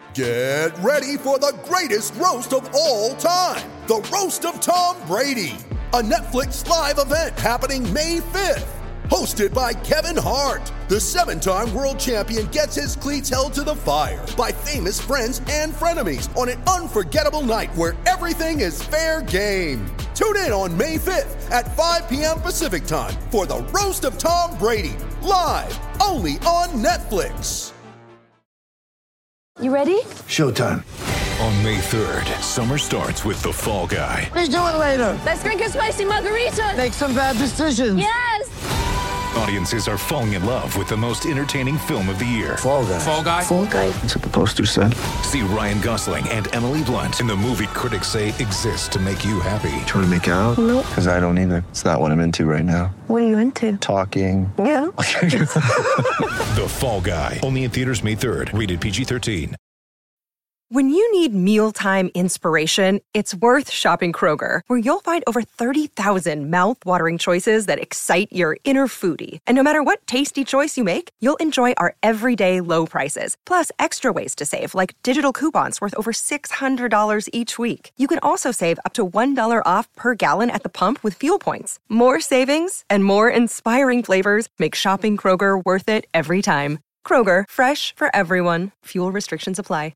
Get ready for the greatest roast of all time, the Roast of Tom Brady, a Netflix live event happening May 5th. Hosted by Kevin Hart, the 7-time world champion gets his cleats held to the fire by famous friends and frenemies on an unforgettable night where everything is fair game. Tune in on May 5th at 5 p.m. Pacific time for the Roast of Tom Brady, live only on Netflix. You ready? Showtime. On May 3rd, summer starts with The Fall Guy. Let's do it later. Let's drink a spicy margarita. Make some bad decisions. Yes! Audiences are falling in love with the most entertaining film of the year. Fall Guy. Fall Guy? Fall guy. That's what the poster said. See Ryan Gosling and Emily Blunt in the movie critics say exists to make you happy. Trying to make it out? Nope. Because I don't either. It's not what I'm into right now. What are you into? Talking. Yeah. The Fall Guy. Only in theaters May 3rd. Rated PG-13. When you need mealtime inspiration, it's worth shopping Kroger, where you'll find over 30,000 mouth-watering choices that excite your inner foodie. And no matter what tasty choice you make, you'll enjoy our everyday low prices, plus extra ways to save, like digital coupons worth over $600 each week. You can also save up to $1 off per gallon at the pump with fuel points. More savings and more inspiring flavors make shopping Kroger worth it every time. Kroger, fresh for everyone. Fuel restrictions apply.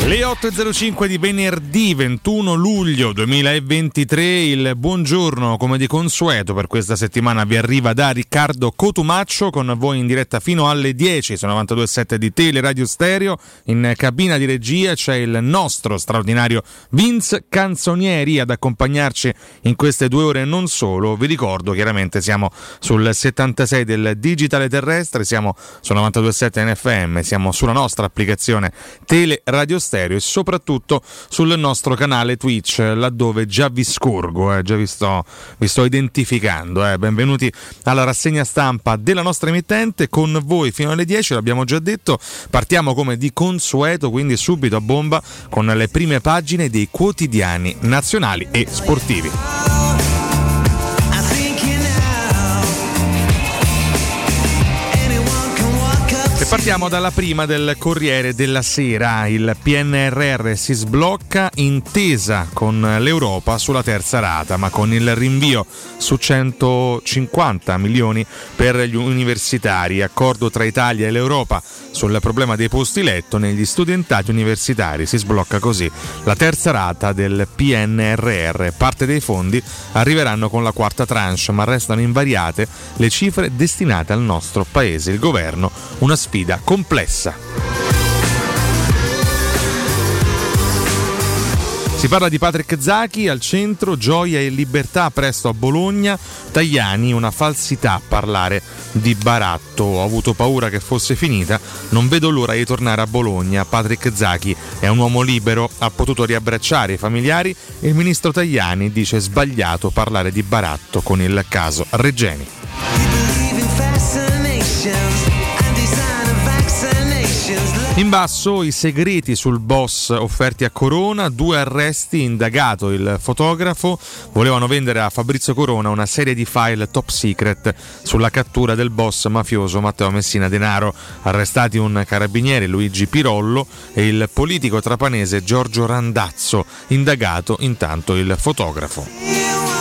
Le 8.05 di venerdì 21 luglio 2023, il buongiorno come di consueto per questa settimana vi arriva da Riccardo Cotumaccio, con voi in diretta fino alle 10 su 92.7 di Teleradio Stereo. In cabina di regia c'è il nostro straordinario Vince Canzonieri ad accompagnarci in queste 2 ore. Non solo, vi ricordo chiaramente siamo sul 76 del digitale terrestre, siamo su 92.7 NFM, siamo sulla nostra applicazione Teleradio Stereo e soprattutto sul nostro canale Twitch, laddove già vi scorgo, già vi sto identificando. Benvenuti alla rassegna stampa della nostra emittente, con voi fino alle 10, l'abbiamo già detto. Partiamo come di consueto, quindi subito a bomba con le prime pagine dei quotidiani nazionali e sportivi. E partiamo dalla prima del Corriere della Sera. Il PNRR si sblocca, intesa con l'Europa sulla terza rata, ma con il rinvio su 150 milioni per gli universitari. Accordo tra Italia e l'Europa sul problema dei posti letto negli studentati universitari. Si sblocca così la terza rata del PNRR. Parte dei fondi arriveranno con la quarta tranche, ma restano invariate le cifre destinate al nostro paese. Il governo, una sfida complessa. Si parla di Patrick Zaki al centro, gioia e libertà presto a Bologna. Tajani, una falsità parlare di baratto. Ho avuto paura che fosse finita, non vedo l'ora di tornare a Bologna. Patrick Zaki è un uomo libero, ha potuto riabbracciare i familiari e il ministro Tajani dice sbagliato parlare di baratto con il caso Regeni. In basso i segreti sul boss offerti a Corona, 2 arresti, indagato il fotografo, volevano vendere a Fabrizio Corona una serie di file top secret sulla cattura del boss mafioso Matteo Messina Denaro. Arrestati un carabiniere, Luigi Pirollo, e il politico trapanese Giorgio Randazzo, indagato intanto il fotografo.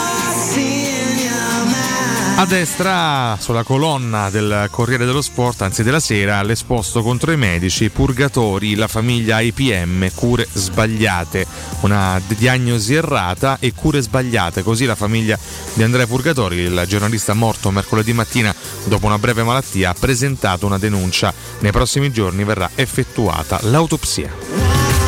A destra, sulla colonna del Corriere dello Sport, anzi della Sera, l'esposto contro i medici, purgatori, la famiglia IPM, cure sbagliate, una diagnosi errata e cure sbagliate. Così la famiglia di Andrea Purgatori, il giornalista morto mercoledì mattina dopo una breve malattia, ha presentato una denuncia. Nei prossimi giorni verrà effettuata l'autopsia.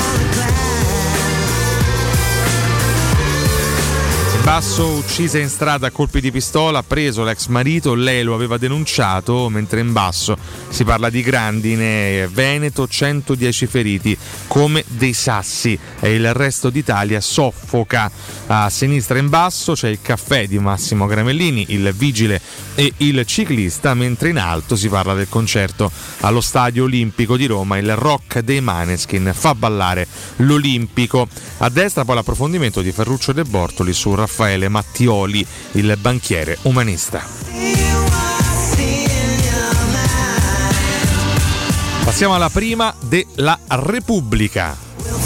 Basso, uccisa in strada a colpi di pistola, preso l'ex marito, lei lo aveva denunciato, mentre in basso si parla di grandine, Veneto, 110 feriti come dei sassi e il resto d'Italia soffoca. A sinistra in basso c'è il caffè di Massimo Gramellini, il vigile e il ciclista, mentre in alto si parla del concerto allo Stadio Olimpico di Roma, il rock dei Maneskin fa ballare l'Olimpico. A destra poi l'approfondimento di Ferruccio De Bortoli su Raffaele Mattioli, il banchiere umanista. Passiamo alla prima della Repubblica.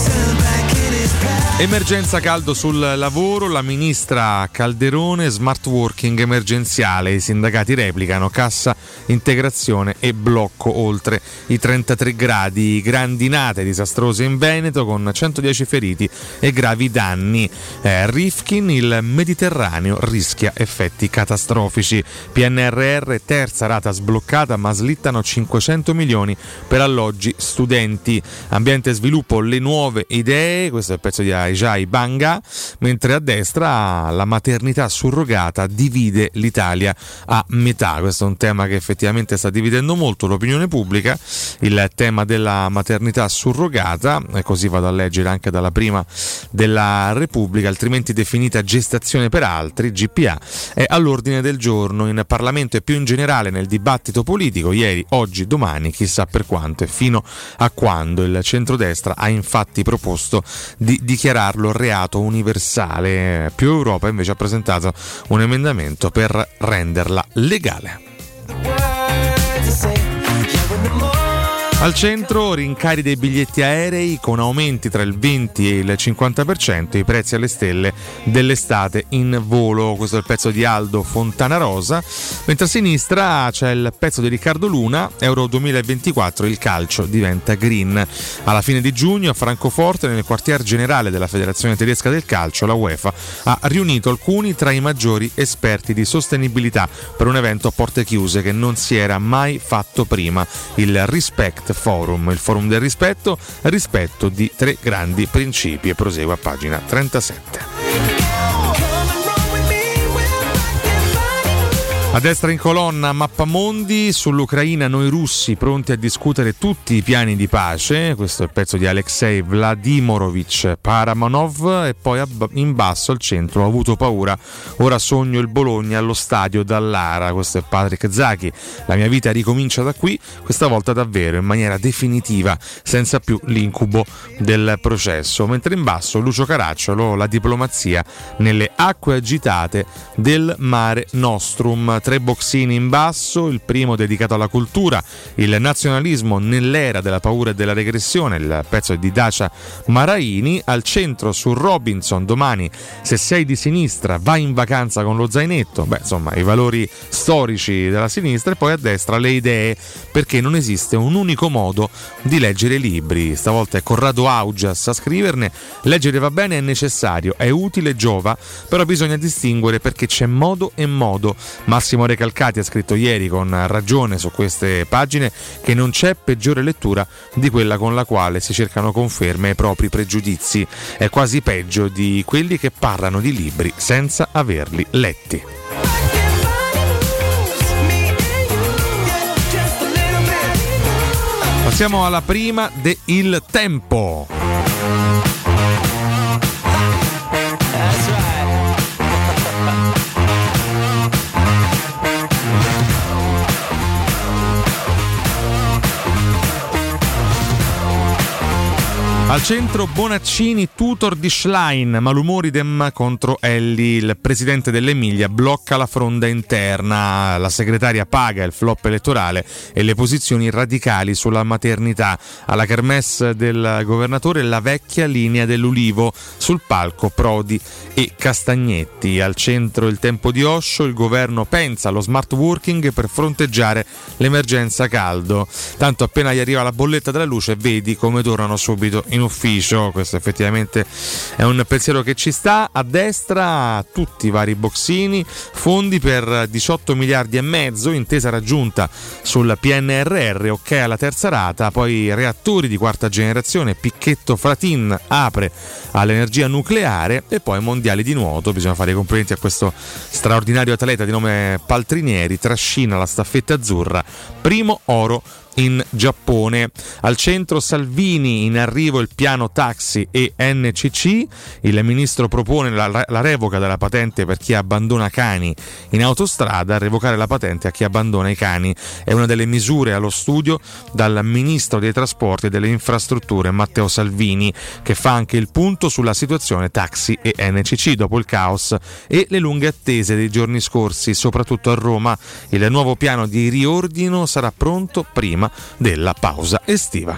Emergenza caldo sul lavoro, la ministra Calderone, smart working emergenziale, i sindacati replicano, cassa integrazione e blocco oltre i 33 gradi, grandinate disastrose in Veneto con 110 feriti e gravi danni. Rifkin, il Mediterraneo rischia effetti catastrofici. PNRR, terza rata sbloccata ma slittano 500 milioni per alloggi studenti. Ambiente e sviluppo, le nuove idee, questo è il pezzo di Ajay Banga, mentre a destra la maternità surrogata divide l'Italia a metà. Questo è un tema che effettivamente sta dividendo molto l'opinione pubblica, il tema della maternità surrogata, e così vado a leggere anche dalla prima della Repubblica, altrimenti definita gestazione per altri, GPA, è all'ordine del giorno in Parlamento e più in generale nel dibattito politico. Ieri, oggi, domani, chissà per quanto e fino a quando. Il centrodestra ha infatti proposto di dichiararlo reato universale. Più Europa invece ha presentato un emendamento per renderla legale. Al centro rincari dei biglietti aerei con aumenti tra il 20 e il 50%, i prezzi alle stelle dell'estate in volo. Questo è il pezzo di Aldo Fontanarosa, mentre a sinistra c'è il pezzo di Riccardo Luna, Euro 2024, il calcio diventa green. Alla fine di giugno a Francoforte, nel quartier generale della Federazione Tedesca del Calcio, la UEFA ha riunito alcuni tra i maggiori esperti di sostenibilità per un evento a porte chiuse che non si era mai fatto prima, il Respect Forum, il forum del rispetto di 3 grandi principi, e prosegue a pagina 37. A destra in colonna Mappamondi, sull'Ucraina noi russi pronti a discutere tutti i piani di pace, questo è il pezzo di Alexei Vladimirovich Paramanov, e poi in basso al centro ho avuto paura, ora sogno il Bologna allo stadio Dallara, questo è Patrick Zaki, la mia vita ricomincia da qui, questa volta davvero in maniera definitiva, senza più l'incubo del processo, mentre in basso Lucio Caracciolo, la diplomazia nelle acque agitate del Mare Nostrum. 3 boxini in basso, il primo dedicato alla cultura, il nazionalismo nell'era della paura e della regressione, il pezzo di Dacia Maraini. Al centro su Robinson, domani se sei di sinistra vai in vacanza con lo zainetto, insomma i valori storici della sinistra, e poi a destra le idee, perché non esiste un unico modo di leggere libri, stavolta è Corrado Augias a scriverne. Leggere va bene, è necessario, è utile, giova, però bisogna distinguere, perché c'è modo e modo. Massimo Recalcati ha scritto ieri con ragione su queste pagine che non c'è peggiore lettura di quella con la quale si cercano conferme ai propri pregiudizi, è quasi peggio di quelli che parlano di libri senza averli letti. Passiamo alla prima de Il Tempo. Al centro Bonaccini, tutor di Schlein, malumoridem contro Elli, il presidente dell'Emilia blocca la fronda interna, la segretaria paga il flop elettorale e le posizioni radicali sulla maternità. Alla kermesse del governatore la vecchia linea dell'Ulivo, sul palco Prodi e Castagnetti. Al centro il tempo di Osho, il governo pensa allo smart working per fronteggiare l'emergenza caldo, tanto appena gli arriva la bolletta della luce vedi come tornano subito in ufficio. Questo effettivamente è un pensiero che ci sta. A destra tutti i vari boxini, fondi per 18 miliardi e mezzo, intesa raggiunta sul PNRR, ok alla terza rata, poi reattori di quarta generazione, Picchetto Fratin apre all'energia nucleare, e poi mondiali di nuoto, bisogna fare i complimenti a questo straordinario atleta di nome Paltrinieri, trascina la staffetta azzurra, primo oro in Giappone. Al centro Salvini, in arrivo il piano taxi e NCC, il ministro propone la revoca della patente per chi abbandona cani in autostrada, revocare la patente a chi abbandona i cani è una delle misure allo studio dal ministro dei trasporti e delle infrastrutture Matteo Salvini, che fa anche il punto sulla situazione taxi e NCC dopo il caos e le lunghe attese dei giorni scorsi, soprattutto a Roma. Il nuovo piano di riordino sarà pronto prima della pausa estiva.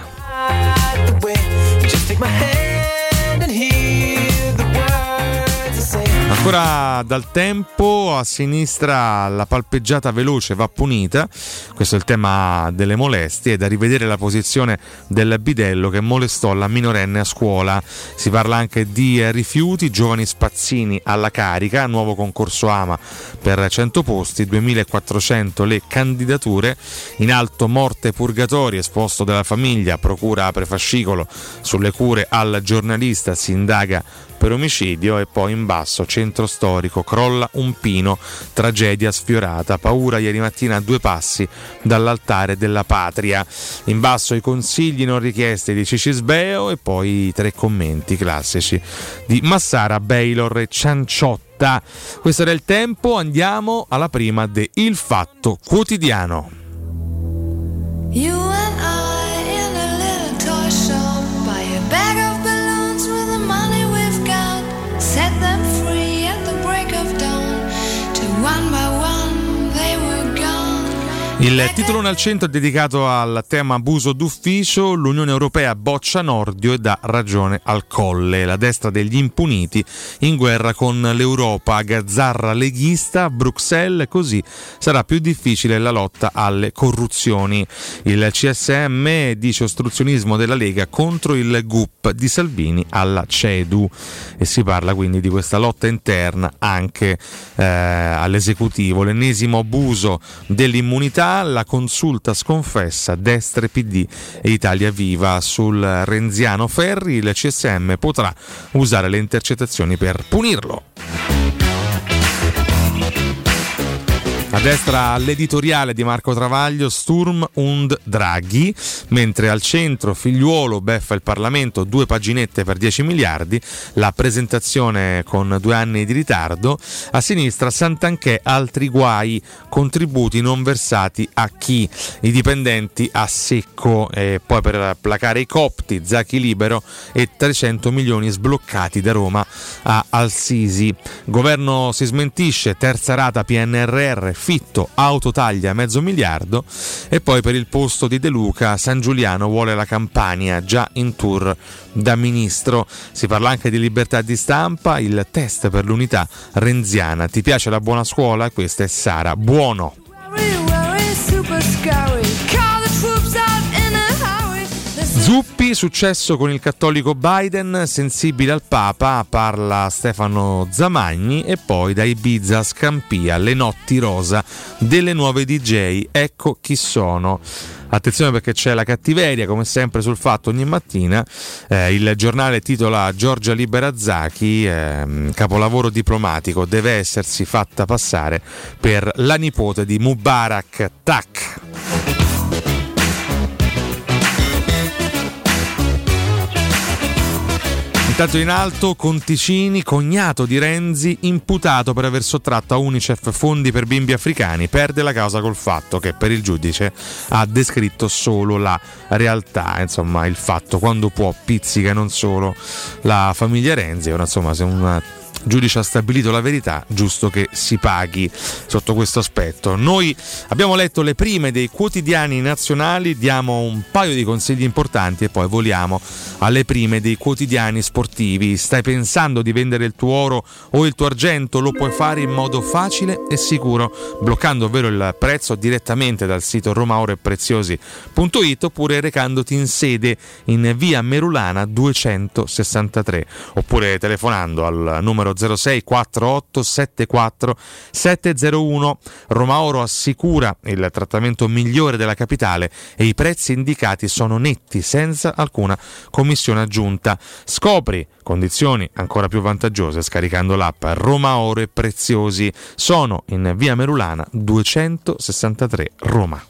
Ancora dal Tempo, a sinistra la palpeggiata veloce va punita, questo è il tema delle molestie, e da rivedere la posizione del bidello che molestò la minorenne a scuola. Si parla anche di rifiuti, giovani spazzini alla carica, nuovo concorso AMA per 100 posti, 2400 le candidature, in alto morte purgatorio, esposto della famiglia, procura apre fascicolo sulle cure al giornalista, si indaga per omicidio, e poi in basso centro storico, crolla un pino, tragedia sfiorata, paura ieri mattina a 2 passi dall'altare della patria. In basso i consigli non richiesti di Cicisbeo, e poi 3 commenti classici di Massara, Baylor e Cianciotta. Questo era il Tempo, andiamo alla prima de Il Fatto Quotidiano. You and I in a little toy shop, buy a bag of balloons with the money we've got, set them free at the break of dawn, till one by one they were gone. Il titolone al centro è dedicato al tema abuso d'ufficio. L'Unione Europea boccia Nordio e dà ragione al Colle. La destra degli impuniti in guerra con l'Europa. Gazzarra leghista, Bruxelles, così sarà più difficile la lotta alle corruzioni. Il CSM dice ostruzionismo della Lega contro il GUP di Salvini alla CEDU, e si parla quindi di questa lotta interna anche all'esecutivo. L'ennesimo abuso dell'immunità, la consulta sconfessa destra, PD e Italia Viva. Sul renziano Ferri il CSM potrà usare le intercettazioni per punirlo. A destra l'editoriale di Marco Travaglio, Sturm und Draghi, mentre al centro Figliuolo beffa il Parlamento, 2 paginette per 10 miliardi, la presentazione con 2 anni di ritardo. A sinistra Santanchè, altri guai, contributi non versati a chi? I dipendenti a secco, e poi per placare i copti, Zaki libero e 300 milioni sbloccati da Roma a Al-Sisi. Governo si smentisce, terza rata PNRR, Fitto autotaglia $500 milioni. E poi per il posto di De Luca, San Giuliano vuole la Campania, già in tour da ministro. Si parla anche di libertà di stampa, il test per l'unità renziana. Ti piace la buona scuola? Questa è Sara Buono. Zuppi, successo con il cattolico Biden, sensibile al Papa, parla Stefano Zamagni. E poi da Ibiza a Scampia, le notti rosa delle nuove DJ, ecco chi sono. Attenzione perché c'è la cattiveria, come sempre sul Fatto ogni mattina. Il giornale titola Giorgia libera Zaki, capolavoro diplomatico, deve essersi fatta passare per la nipote di Mubarak. Tac! Intanto in alto Conticini, cognato di Renzi, imputato per aver sottratto a Unicef fondi per bimbi africani, perde la causa col Fatto che per il giudice ha descritto solo la realtà. Insomma, il fatto quando può pizzica, non solo la famiglia Renzi. Ora insomma, se un giudice ha stabilito la verità, giusto che si paghi sotto questo aspetto. Noi abbiamo letto le prime dei quotidiani nazionali, diamo un paio di consigli importanti e poi voliamo alle prime dei quotidiani sportivi. Stai pensando di vendere il tuo oro o il tuo argento? Lo puoi fare in modo facile e sicuro, bloccando ovvero il prezzo direttamente dal sito romaoroepreziosi.it oppure recandoti in sede in via Merulana 263 oppure telefonando al numero 06 48 74 701. Roma Oro assicura il trattamento migliore della capitale e i prezzi indicati sono netti, senza alcuna commissione aggiunta. Scopri condizioni ancora più vantaggiose scaricando l'app Roma Oro e Preziosi. Sono in via Merulana 263 Roma.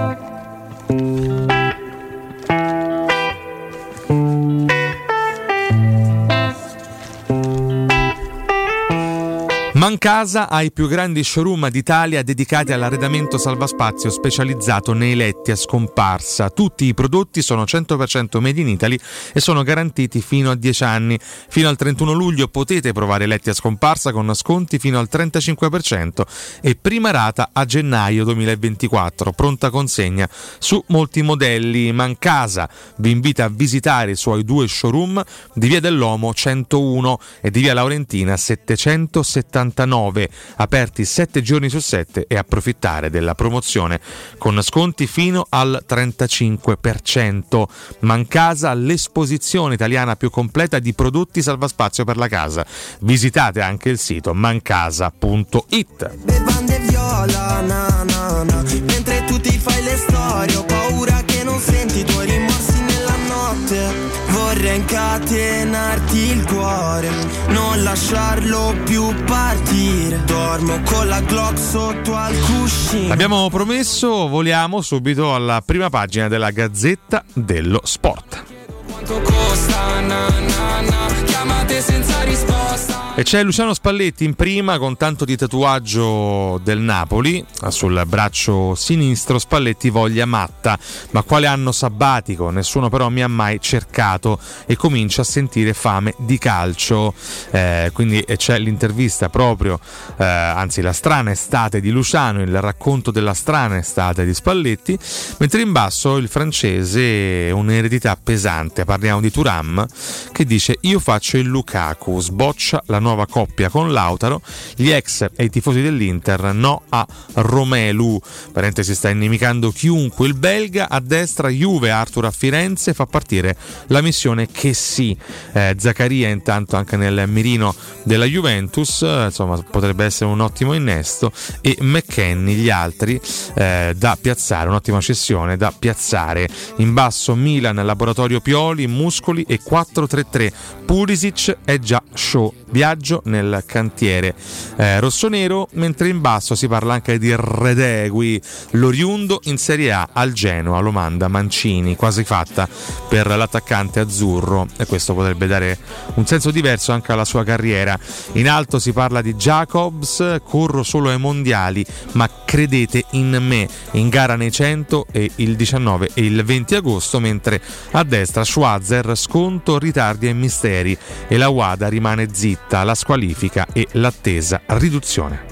Mancasa ha i più grandi showroom d'Italia dedicati all'arredamento salvaspazio specializzato nei letti a scomparsa. Tutti i prodotti sono 100% made in Italy e sono garantiti fino a 10 anni. Fino al 31 luglio potete provare letti a scomparsa con sconti fino al 35% e prima rata a gennaio 2024. Pronta consegna su molti modelli. Mancasa vi invita a visitare i suoi 2 showroom di Via dell'Omo 101 e di Via Laurentina 779, aperti 7 giorni su 7, e approfittare della promozione con sconti fino al 35%. Mancasa, l'esposizione italiana più completa di prodotti salvaspazio per la casa. Visitate anche il sito mancasa.it. Bevande viola, na, na, na. Mentre tu ti fai le storie, ho paura che non senti i tuoi rimorsi nella notte. Vorrei incatenarti il cuore, non lasciarlo più partire. Dormo con la Glock sotto al cuscino. Abbiamo promesso, voliamo subito alla prima pagina della Gazzetta dello Sport. Quanto costa, na, na, na. Chiamate senza risposta. E c'è Luciano Spalletti in prima con tanto di tatuaggio del Napoli sul braccio sinistro. Spalletti voglia matta, ma quale anno sabbatico, nessuno però mi ha mai cercato e comincia a sentire fame di calcio. Quindi c'è l'intervista proprio, anzi la strana estate di Luciano, il racconto della strana estate di Spalletti, mentre in basso il francese, un'eredità pesante, parliamo di Thuram che dice: io faccio il Lukaku, sboccia la nuova coppia con Lautaro, gli ex e i tifosi dell'Inter no a Romelu, parentesi sta inimicando chiunque, il belga a destra Juve, Arthur a Firenze, fa partire la missione che sì. Zaccaria intanto anche nel mirino della Juventus, insomma potrebbe essere un ottimo innesto, e McKennie gli altri da piazzare, un'ottima cessione da piazzare. In basso Milan, laboratorio Pioli, muscoli e 4-3-3, Pulisic è già show, viaggio nel cantiere rossonero, mentre in basso si parla anche di Redegui, l'oriundo in Serie A al Genoa, lo manda Mancini, quasi fatta per l'attaccante azzurro, e questo potrebbe dare un senso diverso anche alla sua carriera. In alto si parla di Jacobs, corro solo ai mondiali ma credete in me, in gara nei 100 e il 19 e il 20 agosto, mentre a destra Schwarzer, sconto, ritardi e misteri, e la WADA rimane zitta, la squalifica e l'attesa riduzione.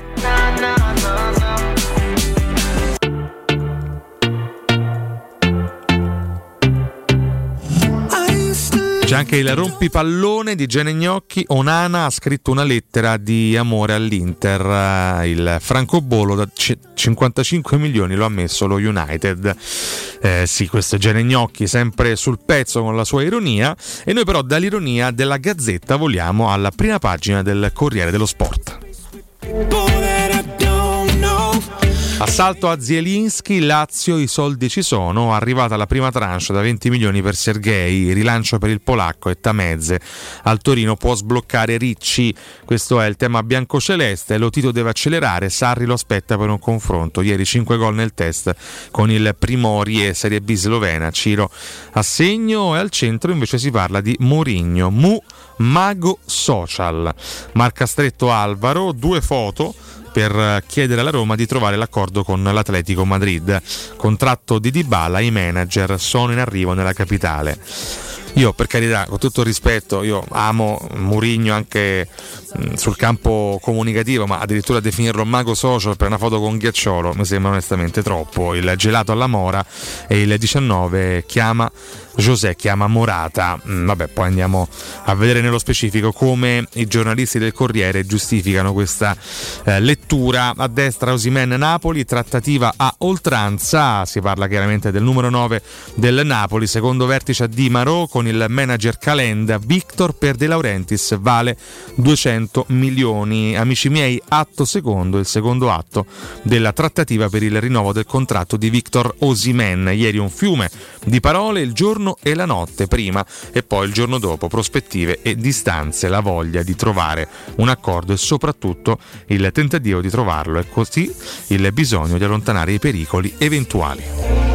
C'è anche il rompipallone di Gene Gnocchi. Onana ha scritto una lettera di amore all'Inter, il francobollo da 55 milioni lo ha messo lo United. Sì, questo è Gene Gnocchi sempre sul pezzo con la sua ironia, e noi però dall'ironia della Gazzetta voliamo alla prima pagina del Corriere dello Sport. Assalto a Zielinski, Lazio, i soldi ci sono, arrivata la prima tranche da 20 milioni per Sergei, rilancio per il polacco e Tameze. Al Torino può sbloccare Ricci, questo è il tema biancoceleste, Lotito deve accelerare, Sarri lo aspetta per un confronto, ieri 5 gol nel test con il Primorie, Serie B slovena, Ciro a segno, e al centro invece si parla di Mourinho, mago social, marca stretto Alvaro, 2 foto per chiedere alla Roma di trovare l'accordo con l'Atletico Madrid. Contratto di Dybala, i manager sono in arrivo nella capitale. Io, per carità, con tutto il rispetto, io amo Mourinho anche sul campo comunicativo, ma addirittura definirlo mago social per una foto con Ghiacciolo mi sembra onestamente troppo. Il gelato alla Mora, e il 19 chiama José, chiama Morata. Vabbè, poi andiamo a vedere nello specifico come i giornalisti del Corriere giustificano questa lettura. A destra Osimhen Napoli, trattativa a oltranza, si parla chiaramente del numero 9 del Napoli, secondo vertice a Dimaro con il manager Calenda, Victor per De Laurentiis vale 200 milioni. Amici miei, atto secondo, il secondo atto della trattativa per il rinnovo del contratto di Victor Osimhen. Ieri un fiume di parole, il giorno e la notte prima e poi il giorno dopo, prospettive e distanze, la voglia di trovare un accordo e soprattutto il tentativo di trovarlo, e così il bisogno di allontanare i pericoli eventuali.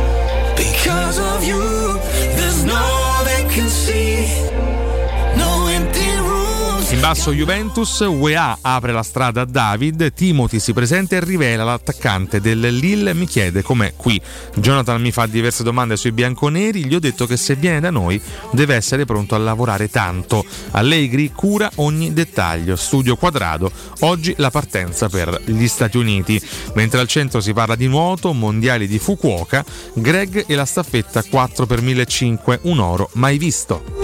Because of you, there's no vacancy, no empty rooms. In basso Juventus, UEA apre la strada a David, Timothy si presenta e rivela l'attaccante del Lille, mi chiede com'è qui. Jonathan mi fa diverse domande sui bianconeri, gli ho detto che se viene da noi deve essere pronto a lavorare tanto. Allegri cura ogni dettaglio, studio quadrato, oggi la partenza per gli Stati Uniti. Mentre al centro si parla di nuoto, mondiali di Fukuoka, Greg e la staffetta 4x1500, un oro mai visto.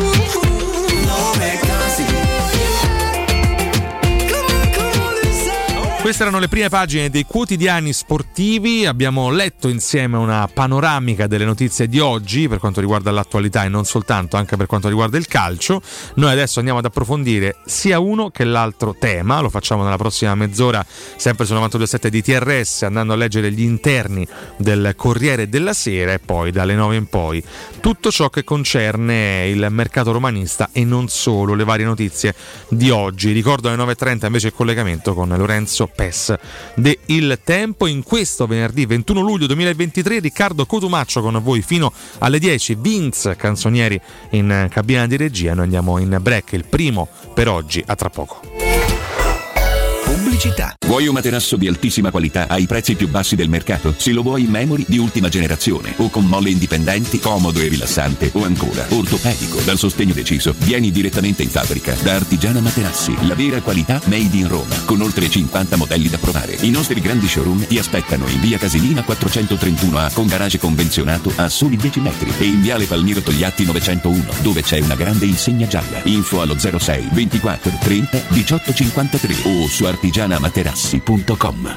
Queste erano le prime pagine dei quotidiani sportivi. Abbiamo letto insieme una panoramica delle notizie di oggi per quanto riguarda l'attualità e non soltanto, anche per quanto riguarda il calcio. Noi adesso andiamo ad approfondire sia uno che l'altro tema, lo facciamo nella prossima mezz'ora sempre su 92.7 di TRS, andando a leggere gli interni del Corriere della Sera, e poi dalle 9 in poi tutto ciò che concerne il mercato romanista e non solo, le varie notizie di oggi. Ricordo alle 9.30 invece il collegamento con Lorenzo Pes de Il Tempo. In questo venerdì 21 luglio 2023 Riccardo Cotumaccio con voi fino alle 10, Vince Canzonieri in cabina di regia. Noi andiamo in break, il primo per oggi, a tra poco. pubblicità. Vuoi un materasso di altissima qualità ai prezzi più bassi del mercato? Se lo vuoi in memory di ultima generazione o con molle indipendenti, comodo e rilassante, o ancora ortopedico dal sostegno deciso, vieni direttamente in fabbrica da Artigiana Materassi, la vera qualità made in Roma, con oltre 50 modelli da provare. I nostri grandi showroom ti aspettano in via Casilina 431A con garage convenzionato a soli 10 metri e in viale Palmiro Togliatti 901, dove c'è una grande insegna gialla. Info allo 06 24 30 18 53 o su artigianamaterassi.com.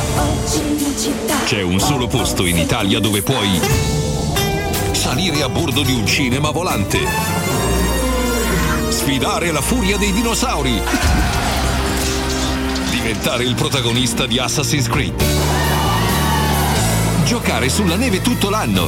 C'è un solo posto in Italia dove puoi salire a bordo di un cinema volante, sfidare la furia dei dinosauri, diventare il protagonista di Assassin's Creed, giocare sulla neve tutto l'anno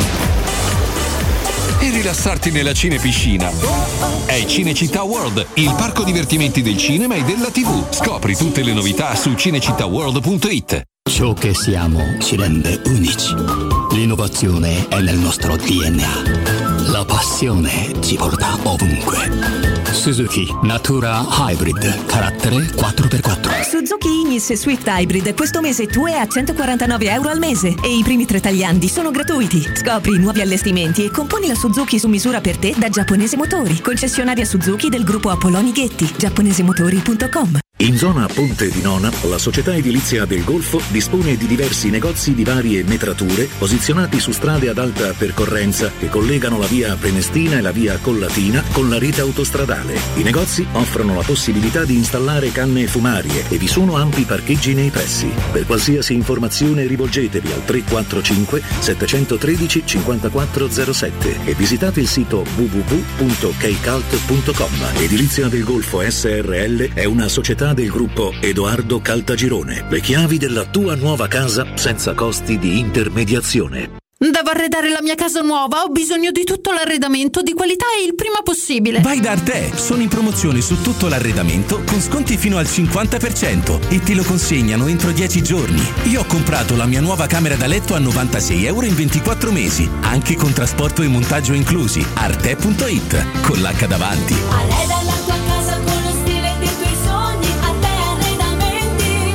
e rilassarti nella cinepiscina. È Cinecittà World, il parco divertimenti del cinema e della TV. Scopri tutte le novità su cinecittàworld.it. Ciò che siamo ci rende unici. L'innovazione è nel nostro DNA. La passione ci porta ovunque. Suzuki Natura Hybrid, carattere 4x4. Suzuki Ignis Swift Hybrid questo mese tu è a €149 al mese e i primi 3 tagliandi sono gratuiti. Scopri i nuovi allestimenti e componi la Suzuki su misura per te da Giapponese Motori, concessionaria Suzuki del gruppo Apolloni Ghetti, giapponesemotori.com. In zona Ponte di Nona, la società edilizia del Golfo dispone di diversi negozi di varie metrature posizionati su strade ad alta percorrenza che collegano la via Prenestina e la via Collatina con la rete autostradale. I negozi offrono la possibilità di installare canne fumarie e vi sono ampi parcheggi nei pressi. Per qualsiasi informazione rivolgetevi al 345 713 5407 e visitate il sito www.keicalt.com. Edilizia del Golfo SRL è una società del gruppo Edoardo Caltagirone. Le chiavi della tua nuova casa senza costi di intermediazione. Devo arredare la mia casa nuova, ho bisogno di tutto l'arredamento di qualità e il prima possibile. Vai da Arte, sono in promozione su tutto l'arredamento con sconti fino al 50% e te lo consegnano entro 10 giorni. Io ho comprato la mia nuova camera da letto a €96 in 24 mesi, anche con trasporto e montaggio inclusi. Arte.it, con l'H davanti. Arreda la tua casa con lo stile dei tuoi sogni, Arte Arredamenti.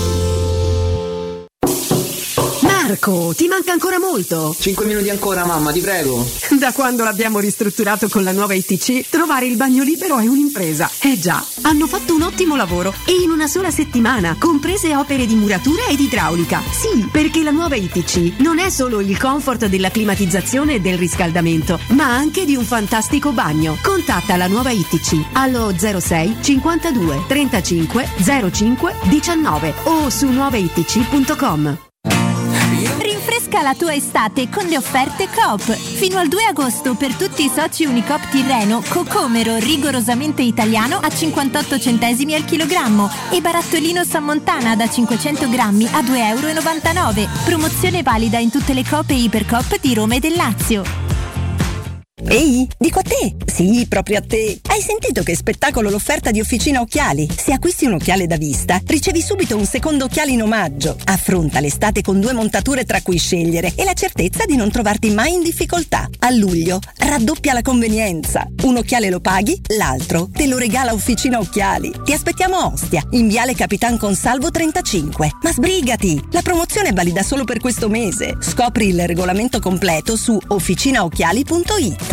Marco, ti manca ancora molto? 5 minuti ancora, mamma, ti prego. Da quando l'abbiamo ristrutturato con la nuova ITC, trovare il bagno libero è un'impresa. Eh già, hanno fatto un ottimo lavoro e in una sola settimana, comprese opere di muratura ed idraulica. Sì, perché la nuova ITC non è solo il comfort della climatizzazione e del riscaldamento, ma anche di un fantastico bagno. Contatta la nuova ITC allo 06 52 35 05 19 o su nuovaitc.com. Rinfresca la tua estate con le offerte Coop. Fino al 2 agosto per tutti i soci Unicoop Tirreno, cocomero rigorosamente italiano a 58 centesimi al chilogrammo e barattolino Sammontana da 500 grammi a €2,99. Promozione valida in tutte le Coop e Ipercoop di Roma e del Lazio. Ehi, dico a te! Sì, proprio a te! Hai sentito che spettacolo l'offerta di Officina Occhiali? Se acquisti un occhiale da vista, ricevi subito un secondo occhiale in omaggio. Affronta l'estate con 2 montature tra cui scegliere e la certezza di non trovarti mai in difficoltà. A luglio raddoppia la convenienza. Un occhiale lo paghi, l'altro te lo regala Officina Occhiali. Ti aspettiamo a Ostia, in viale Capitan Consalvo 35. Ma sbrigati! La promozione è valida solo per questo mese. Scopri il regolamento completo su officinaocchiali.it.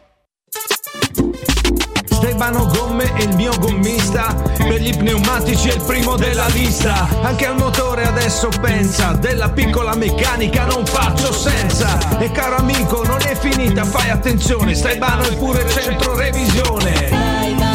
Stefano Gomme è il mio gommista, per gli pneumatici è il primo della lista. Anche al motore adesso pensa, della piccola meccanica non faccio senza. E caro amico, non è finita, fai attenzione, Stefano è pure centro revisione.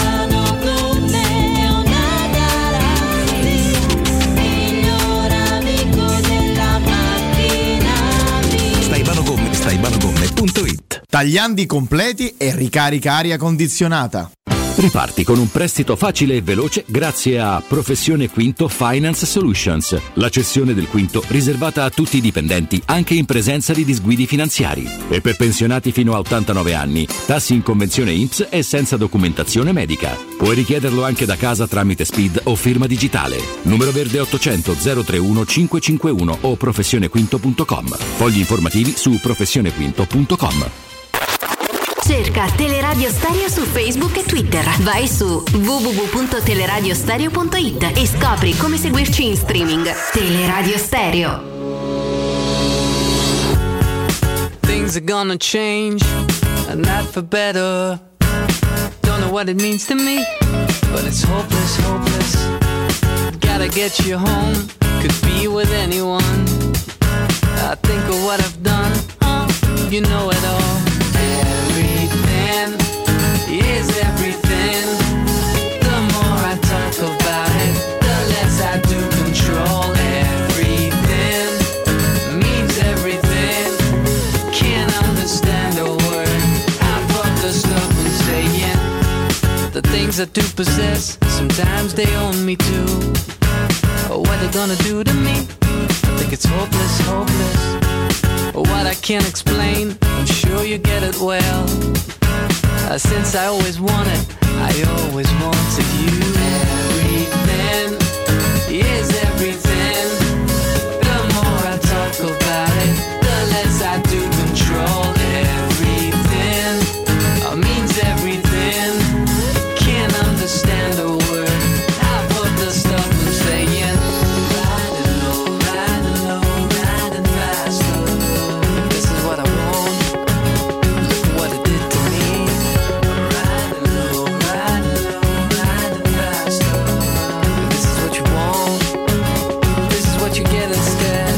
Staibanogomme.it. Tagliandi completi e ricarica aria condizionata. Riparti con un prestito facile e veloce grazie a Professione Quinto Finance Solutions, la cessione del quinto riservata a tutti i dipendenti anche in presenza di disguidi finanziari. E per pensionati fino a 89 anni, tassi in convenzione INPS e senza documentazione medica. Puoi richiederlo anche da casa tramite SPID o firma digitale. Numero verde 800 031 551 o professionequinto.com. Fogli informativi su professionequinto.com. Cerca Teleradio Stereo su Facebook e Twitter. Vai su www.teleradiostereo.it e scopri come seguirci in streaming. Teleradio Stereo. Things are gonna change, and not for better. Don't know what it means to me, but it's hopeless, hopeless. Gotta get you home, could be with anyone. I think of what I've done, you know it all. Everything is everything. The more I talk about it, the less I do control. Everything means everything. Can't understand a word half of the stuff I'm saying. The things I do possess, sometimes they own me too. What they're gonna do to me, I think it's hopeless, hopeless. What I can't explain, I'm sure you get it well. Since I always wanted you. Everything is everything. The more I talk about it, the less I do control. Everything means everything. Can't understand a word half of the stuff I'm saying. Riding low, riding low, riding faster. This is what I want. Look at what it did to me. Riding low, riding low, riding faster. This is what you want. This is what you get instead.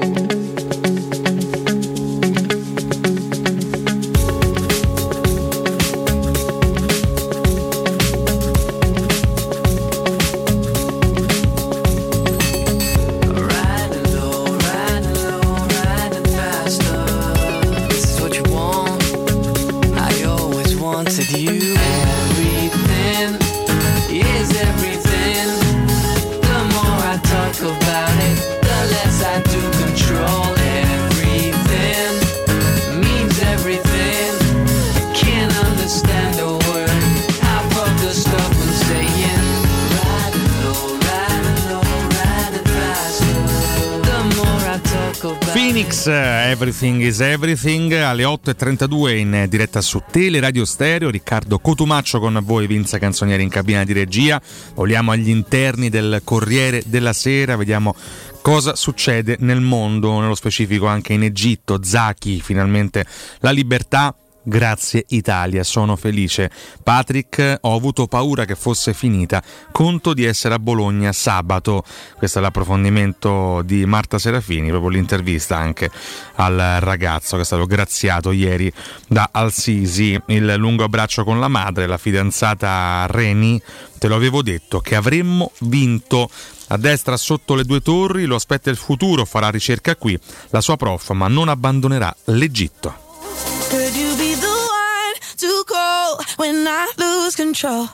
Riding low, riding faster. This is what you want. I always wanted you. Everything is everything. The more I talk about it, the less I do control. Everything means everything. Can't understand a word half of the stuff I'm saying. Riding low, riding faster. The more I talk about Phoenix, Everything is Everything, alle 8.32 in diretta su Teleradio Stereo. Riccardo Cotumaccio con voi, Vince Canzonieri in cabina di regia. Voliamo agli interni del Corriere della Sera, vediamo cosa succede nel mondo, nello specifico anche in Egitto. Zaki, finalmente la libertà. Grazie Italia, sono felice. Patrick, ho avuto paura che fosse finita, conto di essere a Bologna sabato. Questo è l'approfondimento di Marta Serafini, proprio l'intervista anche al ragazzo che è stato graziato ieri da Al-Sisi. Il lungo abbraccio con la madre, la fidanzata Reni, te lo avevo detto che avremmo vinto. A destra sotto le due torri, lo aspetta il futuro, farà ricerca qui, la sua prof, ma non abbandonerà l'Egitto. Could you be the one to call when I lose control?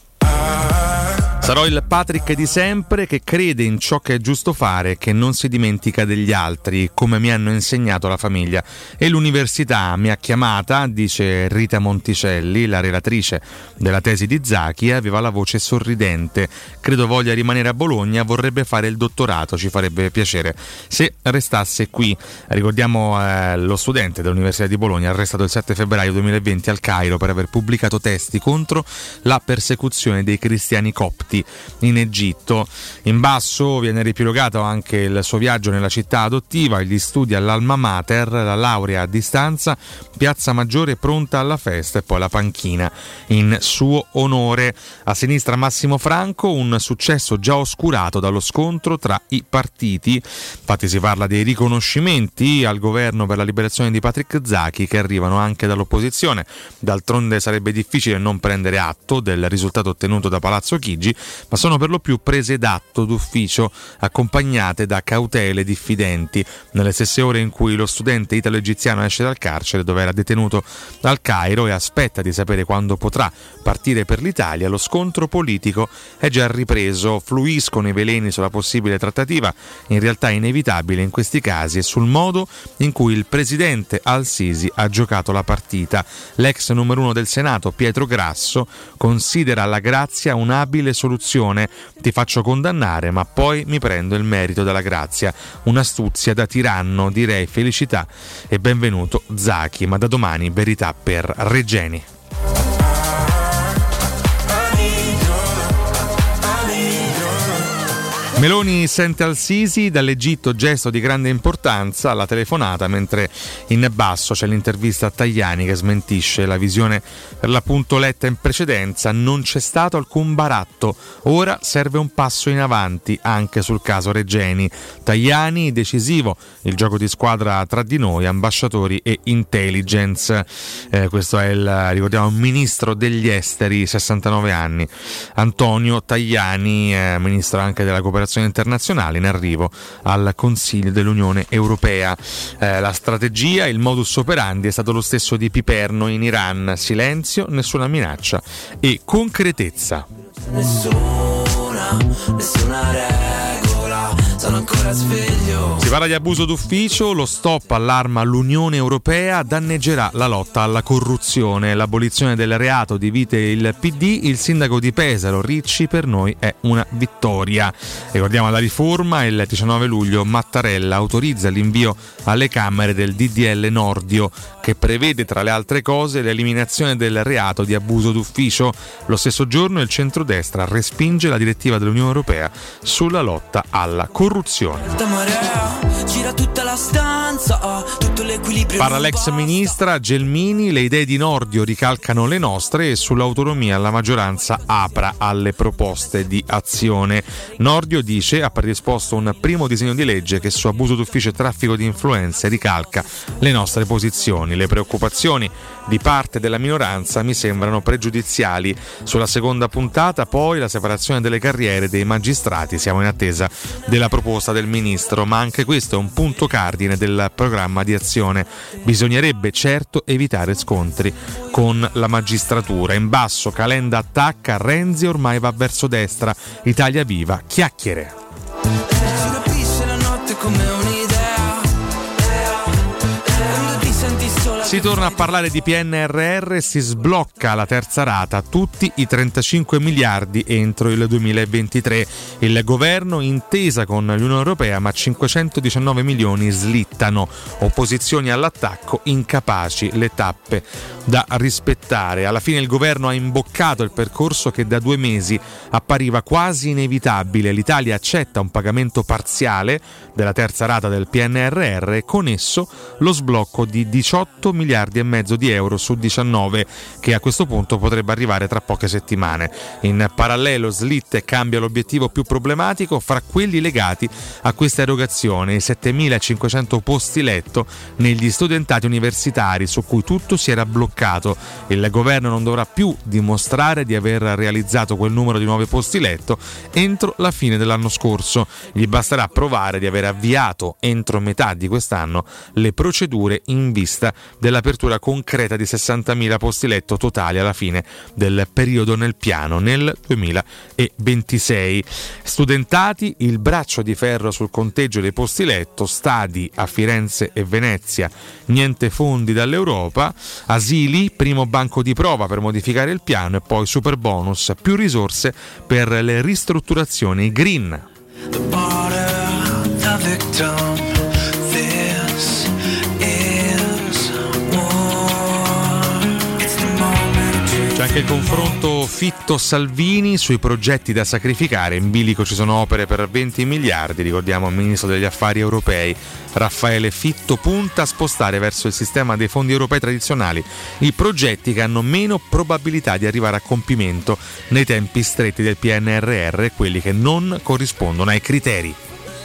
Sarò il Patrick di sempre che crede in ciò che è giusto fare, che non si dimentica degli altri, come mi hanno insegnato la famiglia. E l'università mi ha chiamata, dice Rita Monticelli, la relatrice della tesi di Zaki, aveva la voce sorridente. Credo voglia rimanere a Bologna, vorrebbe fare il dottorato, ci farebbe piacere se restasse qui. Ricordiamo lo studente dell'Università di Bologna, arrestato il 7 febbraio 2020 al Cairo per aver pubblicato testi contro la persecuzione dei cristiani copti in Egitto. In basso viene riepilogato anche il suo viaggio nella città adottiva, gli studi all'Alma Mater, la laurea a distanza, Piazza Maggiore pronta alla festa e poi la panchina in suo onore. A sinistra Massimo Franco, un successo già oscurato dallo scontro tra i partiti. Infatti si parla dei riconoscimenti al governo per la liberazione di Patrick Zaki che arrivano anche dall'opposizione. D'altronde sarebbe difficile non prendere atto del risultato ottenuto da Palazzo Chigi, ma sono per lo più prese d'atto d'ufficio, accompagnate da cautele diffidenti. Nelle stesse ore in cui lo studente italo-egiziano esce dal carcere dove era detenuto al Cairo e aspetta di sapere quando potrà partire per l'Italia, lo scontro politico è già ripreso. Fluiscono i veleni sulla possibile trattativa, in realtà inevitabile in questi casi, e sul modo in cui il presidente Al-Sisi ha giocato la partita. L'ex numero 1 del Senato, Pietro Grasso, considera la grazia un'abile soluzione assoluzione, ti faccio condannare, ma poi mi prendo il merito della grazia. Un'astuzia da tiranno, direi felicità e benvenuto Zaki, ma da domani verità per Regeni. Meloni sente Al-Sisi, dall'Egitto gesto di grande importanza, la telefonata, mentre in basso c'è l'intervista a Tajani che smentisce la visione per l'appunto letta in precedenza. Non c'è stato alcun baratto, ora serve un passo in avanti anche sul caso Regeni. Tajani, decisivo il gioco di squadra tra di noi, ambasciatori e intelligence. Questo è ricordiamo, il ministro degli esteri, 69 anni, Antonio Tajani, ministro anche della cooperazione internazionale, in arrivo al Consiglio dell'Unione Europea. La strategia, il modus operandi è stato lo stesso di Piperno in Iran: silenzio, nessuna minaccia e concretezza. Nessuna regola, sono ancora sveglio. Si parla di abuso d'ufficio, lo stop allarma l'Unione Europea, danneggerà la lotta alla corruzione, l'abolizione del reato divide il PD, il sindaco di Pesaro Ricci per noi è una vittoria. Ricordiamo la riforma, il 19 luglio Mattarella autorizza l'invio alle Camere del DDL Nordio che prevede tra le altre cose l'eliminazione del reato di abuso d'ufficio. Lo stesso giorno il centrodestra respinge la direttiva dell'Unione Europea sulla lotta alla corruzione. Parla l'ex ministra Gelmini, le idee di Nordio ricalcano le nostre e sull'autonomia la maggioranza apra alle proposte di azione. Nordio dice ha predisposto un primo disegno di legge che su abuso d'ufficio e traffico di influenze ricalca le nostre posizioni. Le preoccupazioni di parte della minoranza mi sembrano pregiudiziali. Sulla seconda puntata poi la separazione delle carriere dei magistrati, siamo in attesa della proposta del ministro, ma anche questo è un punto cardine del programma di azione. Bisognerebbe certo evitare scontri con la magistratura. In basso Calenda attacca, Renzi ormai va verso destra, Italia Viva chiacchiere. Si capisce la notte come un'idea. Si torna a parlare di PNRR, si sblocca la terza rata, tutti i 35 miliardi entro il 2023. Il governo intesa con l'Unione Europea, ma 519 milioni slittano. Opposizioni all'attacco, incapaci, le tappe da rispettare. Alla fine il governo ha imboccato il percorso che da 2 mesi appariva quasi inevitabile. L'Italia accetta un pagamento parziale della terza rata del PNRR e con esso lo sblocco di 18 miliardi e mezzo di euro su 19, che a questo punto potrebbe arrivare tra poche settimane. In parallelo slitta e cambia l'obiettivo più problematico fra quelli legati a questa erogazione, i 7.500 posti letto negli studentati universitari su cui tutto si era bloccato. Il governo non dovrà più dimostrare di aver realizzato quel numero di nuovi posti letto entro la fine dell'anno scorso, gli basterà provare di aver avviato entro metà di quest'anno le procedure in vista dell'apertura concreta di 60.000 posti letto totali alla fine del periodo nel piano nel 2026. Studentati, il braccio di ferro sul conteggio dei posti letto, stadi a Firenze e Venezia, niente fondi dall'Europa, asili, primo banco di prova per modificare il piano e poi super bonus, più risorse per le ristrutturazioni green. C'è anche il confronto Fitto-Salvini sui progetti da sacrificare. In bilico ci sono opere per 20 miliardi, ricordiamo il ministro degli affari europei Raffaele Fitto punta a spostare verso il sistema dei fondi europei tradizionali i progetti che hanno meno probabilità di arrivare a compimento nei tempi stretti del PNRR e quelli che non corrispondono ai criteri.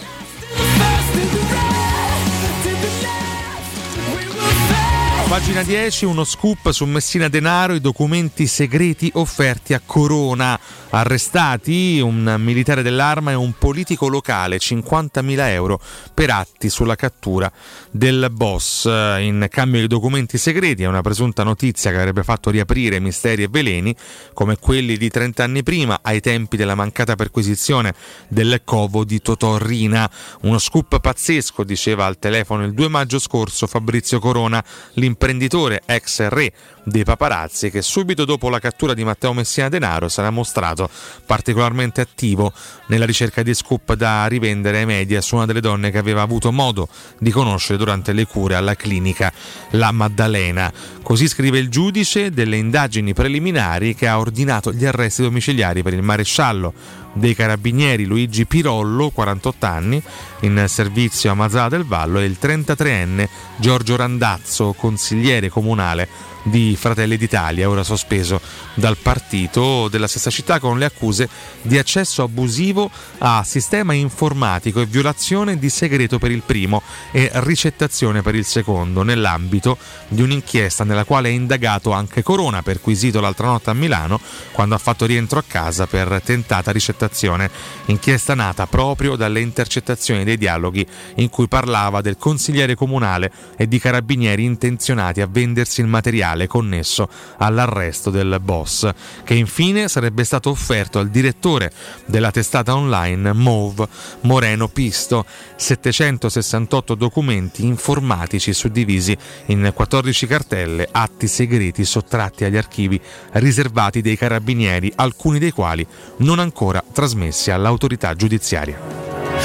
Pagina 10, uno scoop su Messina Denaro, i documenti segreti offerti a Corona. Arrestati un militare dell'Arma e un politico locale, 50.000 euro per atti sulla cattura del boss. In cambio di documenti segreti è una presunta notizia che avrebbe fatto riaprire misteri e veleni come quelli di 30 anni prima, ai tempi della mancata perquisizione del covo di Totò Riina. Uno scoop pazzesco, diceva al telefono il 2 maggio scorso Fabrizio Corona. L'impresa l'imprenditore ex re dei paparazzi, che subito dopo la cattura di Matteo Messina Denaro sarà mostrato particolarmente attivo nella ricerca di scoop da rivendere ai media su una delle donne che aveva avuto modo di conoscere durante le cure alla clinica La Maddalena. Così scrive il giudice delle indagini preliminari, che ha ordinato gli arresti domiciliari per il maresciallo dei carabinieri Luigi Pirollo, 48 anni, in servizio a Mazara del Vallo, e il 33enne Giorgio Randazzo, consigliere comunale di Fratelli d'Italia, ora sospeso dal partito della stessa città, con le accuse di accesso abusivo a sistema informatico e violazione di segreto per il primo e ricettazione per il secondo, nell'ambito di un'inchiesta nella quale è indagato anche Corona, perquisito l'altra notte a Milano quando ha fatto rientro a casa per tentata ricettazione. Inchiesta nata proprio dalle intercettazioni dei dialoghi in cui parlava del consigliere comunale e di carabinieri intenzionati a vendersi il materiale connesso all'arresto del boss, che infine sarebbe stato offerto al direttore della testata online Move, Moreno Pisto. 768 documenti informatici suddivisi in 14 cartelle, atti segreti sottratti agli archivi riservati dei carabinieri, alcuni dei quali non ancora trasmessi all'autorità giudiziaria.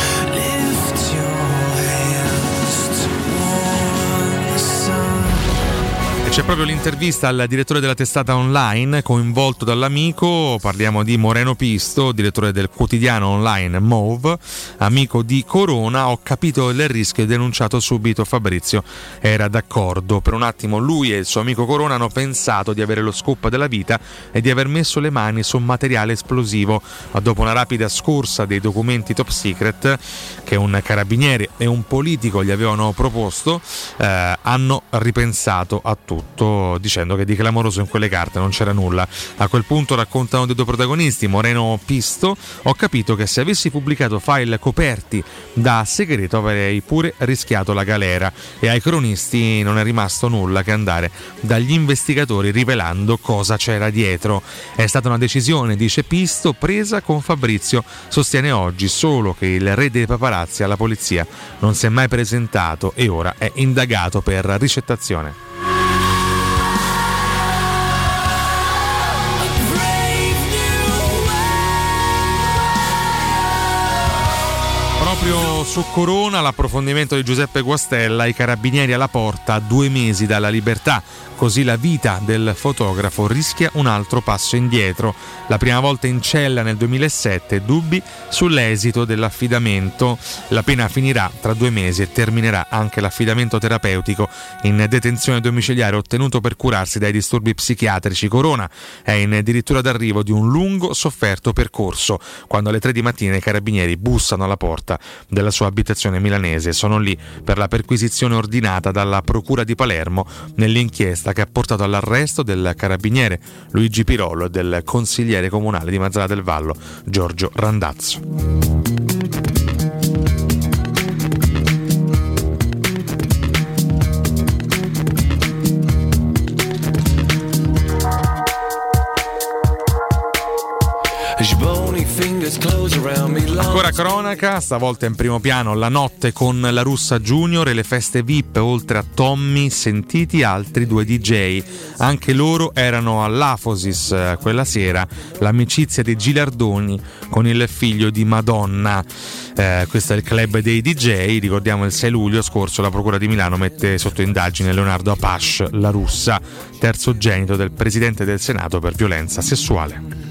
C'è proprio l'intervista al direttore della testata online coinvolto dall'amico. Parliamo di Moreno Pisto, direttore del quotidiano online Move, amico di Corona. Ho capito il rischio e denunciato subito. Fabrizio era d'accordo. Per un attimo lui e il suo amico Corona hanno pensato di avere lo scoop della vita e di aver messo le mani su un materiale esplosivo, ma dopo una rapida scorsa dei documenti top secret che un carabiniere e un politico gli avevano proposto, hanno ripensato a tutto, dicendo che di clamoroso in quelle carte non c'era nulla. A quel punto, raccontano dei due protagonisti, Moreno Pisto, ho capito che se avessi pubblicato file coperti da segreto avrei pure rischiato la galera, e ai cronisti non è rimasto nulla che andare dagli investigatori rivelando cosa c'era dietro. È stata una decisione, dice Pisto, presa con Fabrizio. Sostiene oggi solo che il re dei paparazzi alla polizia non si è mai presentato e ora è indagato per ricettazione. Proprio su Corona, l'approfondimento di Giuseppe Guastella, i carabinieri alla porta a 2 mesi dalla libertà. Così la vita del fotografo rischia un altro passo indietro. La prima volta in cella nel 2007, dubbi sull'esito dell'affidamento. La pena finirà tra 2 mesi e terminerà anche l'affidamento terapeutico in detenzione domiciliare ottenuto per curarsi dai disturbi psichiatrici. Corona è in addirittura d'arrivo di un lungo sofferto percorso. Quando alle 3 di mattina i carabinieri bussano alla porta della sua abitazione milanese, sono lì per la perquisizione ordinata dalla Procura di Palermo nell'inchiesta che ha portato all'arresto del carabiniere Luigi Pirollo e del consigliere comunale di Mazara del Vallo Giorgio Randazzo. Ancora cronaca, stavolta in primo piano la notte con la Russa Junior e le feste VIP. Oltre a Tommy, sentiti altri 2 DJ, anche loro erano all'Afosis quella sera. L'amicizia dei Gilardoni con il figlio di Madonna. Questo è il club dei DJ. Ricordiamo, il 6 luglio scorso la Procura di Milano mette sotto indagine Leonardo Apache, la Russa, terzogenito del presidente del Senato per violenza sessuale.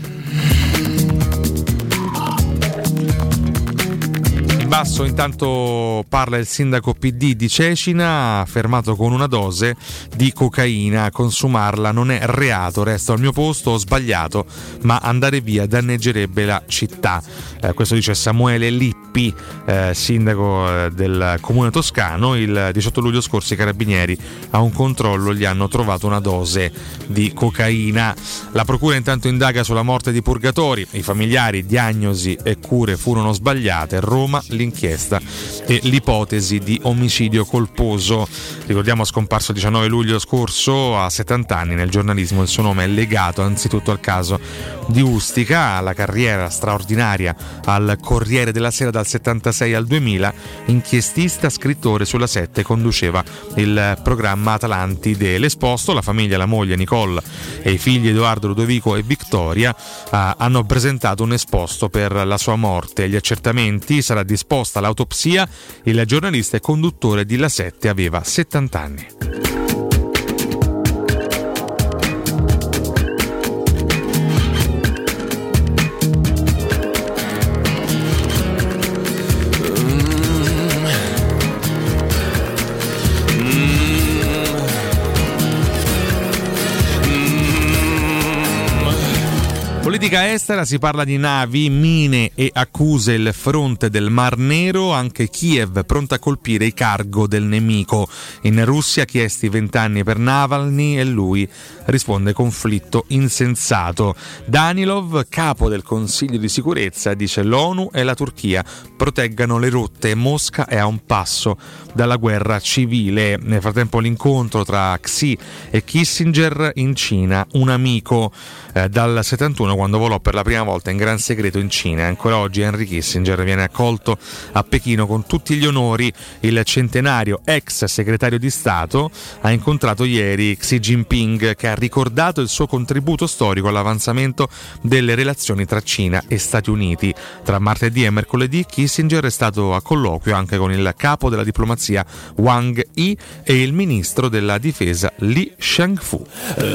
Basso intanto parla il sindaco PD di Cecina, fermato con una dose di cocaina. Consumarla non è reato, resto al mio posto, ho sbagliato, ma andare via danneggerebbe la città. Questo dice Samuele Lippi, sindaco del comune toscano. Il 18 luglio scorso i carabinieri a un controllo gli hanno trovato una dose di cocaina. La procura intanto indaga sulla morte di Purgatori, i familiari, diagnosi e cure furono sbagliate. Roma l'inchiesta e l'ipotesi di omicidio colposo. Ricordiamo, scomparso il 19 luglio scorso a 70 anni nel giornalismo. Il suo nome è legato anzitutto al caso di Ustica, alla carriera straordinaria al Corriere della Sera dal 76 al 2000, inchiestista, scrittore. Sulla 7 conduceva il programma Atlantide. L'Esposto, la famiglia, la moglie Nicole e i figli Edoardo, Ludovico e Vittoria hanno presentato un esposto per la sua morte. Gli accertamenti, sarà disposta l'autopsia. Il giornalista e conduttore di La 7 aveva 70 anni. Politica estera, si parla di navi, mine e accuse il fronte del Mar Nero, anche Kiev pronta a colpire i cargo del nemico. In Russia chiesti 20 anni per Navalny e lui risponde conflitto insensato. Danilov, capo del Consiglio di sicurezza, dice l'ONU e la Turchia proteggano le rotte, Mosca è a un passo dalla guerra civile. Nel frattempo l'incontro tra Xi e Kissinger in Cina, un amico dal 71 quando volò per la prima volta in gran segreto in Cina. Ancora oggi Henry Kissinger viene accolto a Pechino con tutti gli onori. Il centenario ex segretario di Stato ha incontrato ieri Xi Jinping, che ha ricordato il suo contributo storico all'avanzamento delle relazioni tra Cina e Stati Uniti. Tra martedì e mercoledì Kissinger è stato a colloquio anche con il capo della diplomazia Wang Yi e il ministro della difesa Li Shangfu.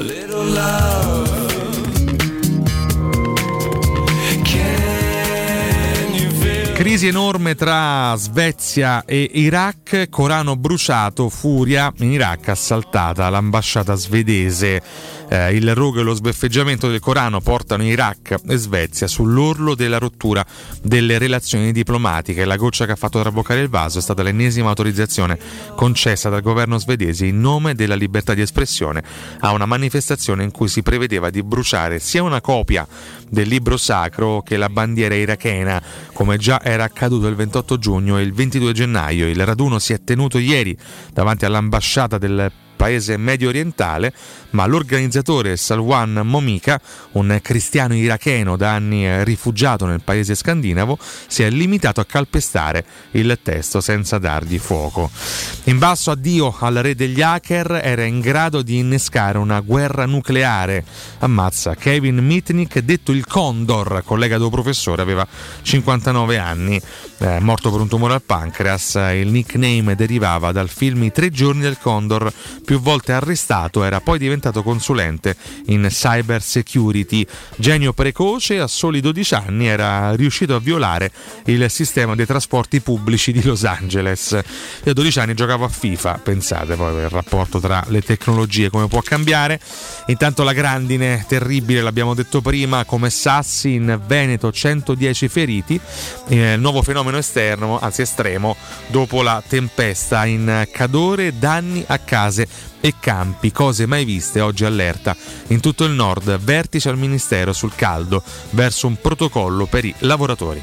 Crisi enorme tra Svezia e Iraq, Corano bruciato, furia in Iraq, assaltata l'ambasciata svedese. Il rogo e lo sbeffeggiamento del Corano portano Iraq e Svezia sull'orlo della rottura delle relazioni diplomatiche. La goccia che ha fatto traboccare il vaso è stata l'ennesima autorizzazione concessa dal governo svedese in nome della libertà di espressione a una manifestazione in cui si prevedeva di bruciare sia una copia del libro sacro che la bandiera irachena, come già era accaduto il 28 giugno e il 22 gennaio. Il raduno si è tenuto ieri davanti all'ambasciata del paese medio orientale, ma l'organizzatore Salwan Momika, un cristiano iracheno da anni rifugiato nel paese scandinavo, si è limitato a calpestare il testo senza dargli fuoco. In basso addio al re degli hacker, era in grado di innescare una guerra nucleare. Ammazza Kevin Mitnick, detto il Condor, collega del professore, aveva 59 anni, morto per un tumore al pancreas. Il nickname derivava dal film I 3 giorni del Condor. Più volte arrestato, era poi diventato consulente in cyber security. Genio precoce, a soli 12 anni era riuscito a violare il sistema dei trasporti pubblici di Los Angeles. E a 12 anni giocava a FIFA, pensate poi il rapporto tra le tecnologie come può cambiare. Intanto la grandine terribile, l'abbiamo detto prima, come Sassi in Veneto, 110 feriti, nuovo fenomeno estremo dopo la tempesta in Cadore, danni a case e campi, cose mai viste. Oggi allerta in tutto il nord, vertice al ministero sul caldo verso un protocollo per i lavoratori.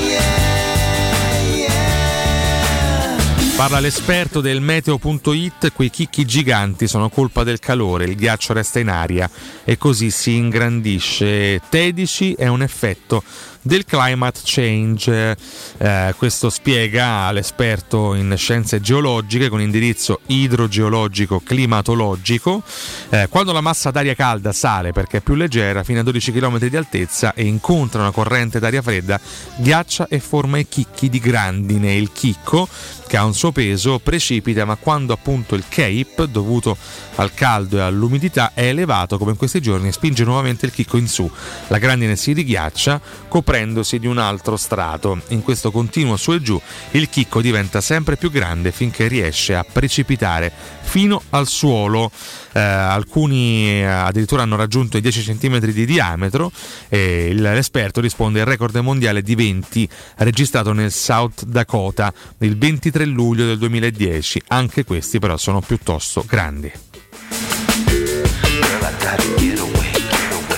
Parla l'esperto del meteo.it, quei chicchi giganti sono colpa del calore, il ghiaccio resta in aria e così si ingrandisce. Tedici è un effetto del climate change, questo spiega l'esperto in scienze geologiche con indirizzo idrogeologico climatologico. Quando la massa d'aria calda sale perché è più leggera fino a 12 km di altezza e incontra una corrente d'aria fredda, ghiaccia e forma i chicchi di grandine. Il chicco, che ha un suo peso, precipita, ma quando appunto il Cape, dovuto al caldo e all'umidità, è elevato come in questi giorni, spinge nuovamente il chicco in su. La grandine si righiaccia coprendosi di un altro strato. In questo continuo su e giù il chicco diventa sempre più grande finché riesce a precipitare fino al suolo. Alcuni addirittura hanno raggiunto i 10 cm di diametro e l'esperto risponde: il record mondiale di venti registrato nel South Dakota il 23 luglio del 2010. Anche questi però sono piuttosto grandi.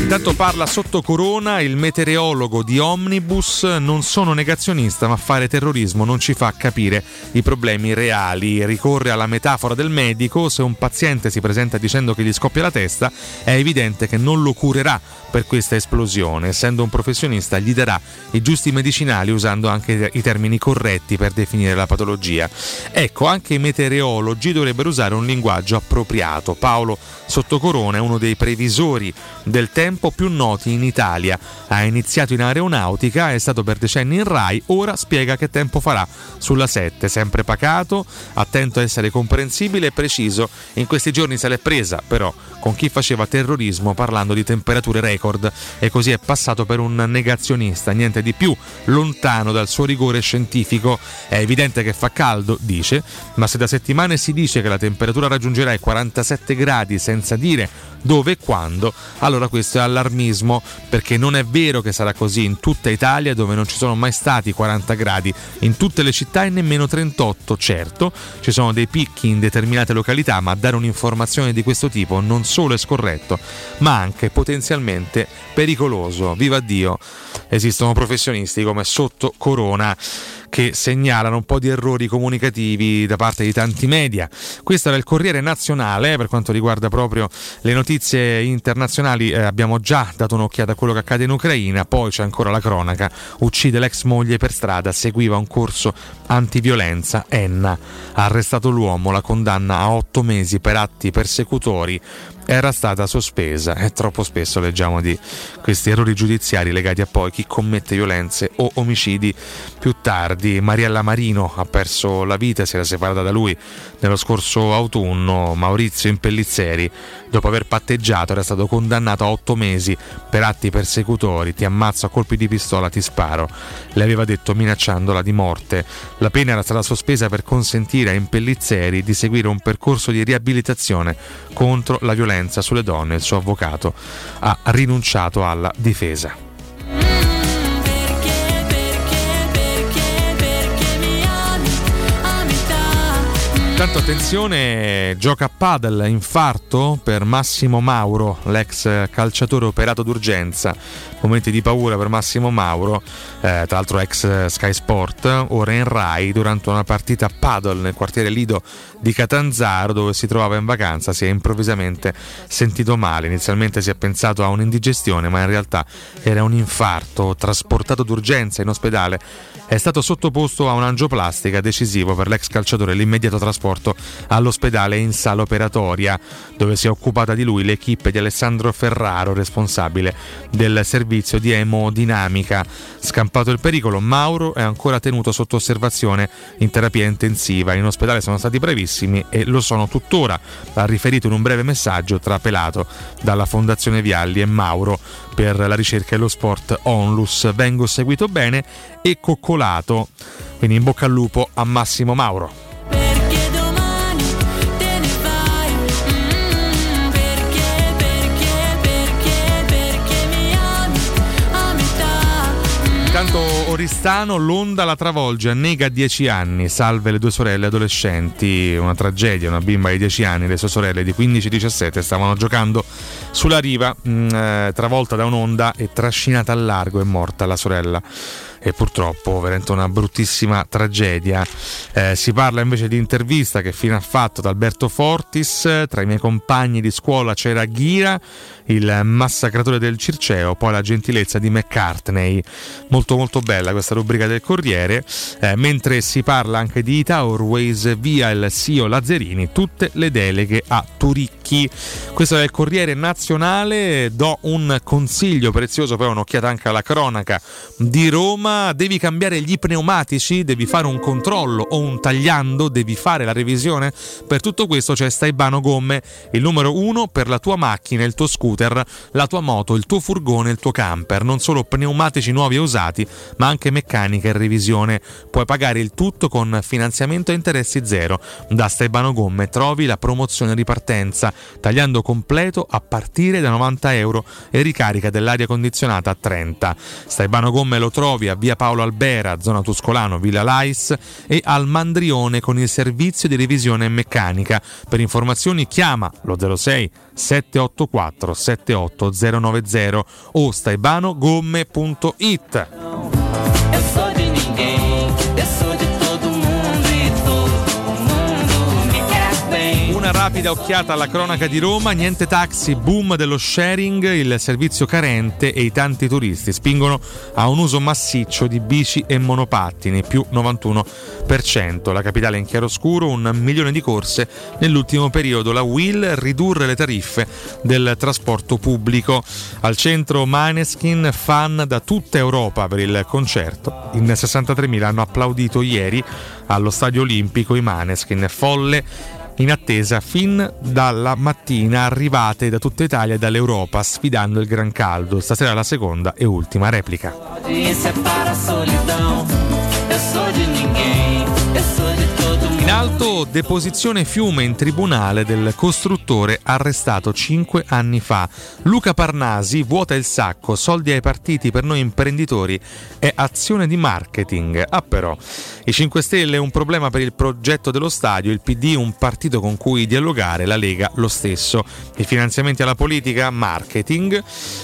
Intanto parla sotto Corona il meteorologo di Omnibus: non sono negazionista, ma fare terrorismo non ci fa capire i problemi reali. Ricorre alla metafora del medico: se un paziente si presenta dicendo che gli scoppia la testa, è evidente che non lo curerà per questa esplosione. Essendo un professionista, gli darà i giusti medicinali usando anche i termini corretti per definire la patologia. Ecco, anche i meteorologi dovrebbero usare un linguaggio appropriato. Paolo Sottocorona è uno dei previsori del tempo più noti in Italia. Ha iniziato in aeronautica, è stato per decenni in Rai, ora spiega che tempo farà sulla 7. Sempre pacato, attento a essere comprensibile e preciso. In questi giorni se l'è presa però con chi faceva terrorismo parlando di temperature record, e così è passato per un negazionista, niente di più lontano dal suo rigore scientifico. È evidente che fa caldo, dice, ma se da settimane si dice che la temperatura raggiungerà i 47 gradi senza dire dove e quando, allora questo è allarmismo, perché non è vero che sarà così in tutta Italia, dove non ci sono mai stati 40 gradi in tutte le città e nemmeno 38. Certo, ci sono dei picchi in determinate località, ma dare un'informazione di questo tipo non solo è scorretto, ma anche potenzialmente pericoloso. Viva Dio, esistono professionisti come Sottocorona che segnalano un po' di errori comunicativi da parte di tanti media. Questo era il Corriere Nazionale. Per quanto riguarda proprio le notizie internazionali, abbiamo già dato un'occhiata a quello che accade in Ucraina, poi c'è ancora la cronaca: uccide l'ex moglie per strada, seguiva un corso antiviolenza, Enna, ha arrestato l'uomo, la condanna a 8 mesi per atti persecutori era stata sospesa. E troppo spesso leggiamo di questi errori giudiziari legati a poi chi commette violenze o omicidi più tardi. Mariella Marino ha perso la vita, si era separata da lui nello scorso autunno. Maurizio Impellizzeri, dopo aver patteggiato, era stato condannato a 8 mesi per atti persecutori. Ti ammazzo a colpi di pistola, ti sparo, le aveva detto minacciandola di morte. La pena era stata sospesa per consentire a Impellizzeri di seguire un percorso di riabilitazione contro la violenza sulle donne. Il suo avvocato ha rinunciato alla difesa. Tanto attenzione, gioca a padel, infarto per Massimo Mauro, l'ex calciatore operato d'urgenza. Momenti di paura per Massimo Mauro, tra l'altro ex Sky Sport, ora in Rai, durante una partita a padel nel quartiere Lido di Catanzaro, dove si trovava in vacanza. Si è improvvisamente sentito male. Inizialmente si è pensato a un'indigestione, ma in realtà era un infarto. Trasportato d'urgenza in ospedale, è stato sottoposto a un'angioplastica. Decisivo per l'ex calciatore l'immediato trasporto all'ospedale in sala operatoria, dove si è occupata di lui l'equipe di Alessandro Ferraro, responsabile del servizio di emodinamica. Scampato il pericolo, Mauro è ancora tenuto sotto osservazione in terapia intensiva. In ospedale sono stati bravissimi e lo sono tuttora, ha riferito in un breve messaggio trapelato dalla Fondazione Vialli e Mauro per la ricerca e lo sport Onlus. Vengo seguito bene e coccolato, quindi in bocca al lupo a Massimo Mauro. Intanto Oristano, l'onda la travolge, annega a 10 anni, salve le 2 sorelle adolescenti. Una tragedia, una bimba di 10 anni, le sue sorelle di 15 e 17 stavano giocando sulla riva, travolta da un'onda e trascinata al largo. È morta la sorella. E purtroppo veramente una bruttissima tragedia. Si parla invece di intervista che fine ha fatto da Alberto Fortis: tra i miei compagni di scuola c'era Ghira, il massacratore del Circeo, poi la gentilezza di McCartney. Molto molto bella questa rubrica del Corriere. Mentre si parla anche di Ita Airways, via il CEO Lazzarini, tutte le deleghe a Turicchi. Questo è il Corriere Nazionale. Do un consiglio prezioso, poi un'occhiata anche alla cronaca di Roma. Devi cambiare gli pneumatici, devi fare un controllo o un tagliando, devi fare la revisione. Per tutto questo c'è Staibano Gomme, il numero 1 per la tua macchina, il tuo scooter, la tua moto, il tuo furgone, il tuo camper. Non solo pneumatici nuovi e usati, ma anche meccanica e revisione. Puoi pagare il tutto con finanziamento a interessi zero. Da Staibano Gomme trovi la promozione ripartenza, tagliando completo a partire da €90 e ricarica dell'aria condizionata a 30. Staibano Gomme lo trovi a via Paolo Albera, zona Tuscolano, Villa Lais, e al Mandrione con il servizio di revisione meccanica. Per informazioni chiama lo 06 784 78090 o staibanogomme.it. Una rapida occhiata alla cronaca di Roma, niente taxi, boom dello sharing, il servizio carente e i tanti turisti spingono a un uso massiccio di bici e monopattini, più 91%. La capitale è in chiaroscuro, 1 milione di corse nell'ultimo periodo. La Will ridurre le tariffe del trasporto pubblico. Al centro Maneskin, fan da tutta Europa per il concerto. In 63.000 hanno applaudito ieri allo Stadio Olimpico i Maneskin, folle in attesa fin dalla mattina, arrivate da tutta Italia e dall'Europa, sfidando il gran caldo. Stasera la seconda e ultima replica. In alto, deposizione Fiume in tribunale del costruttore arrestato 5 anni fa. Luca Parnasi vuota il sacco, soldi ai partiti per noi imprenditori è azione di marketing. Ah però, i 5 Stelle un problema per il progetto dello stadio, il PD un partito con cui dialogare, la Lega lo stesso. I finanziamenti alla politica, marketing,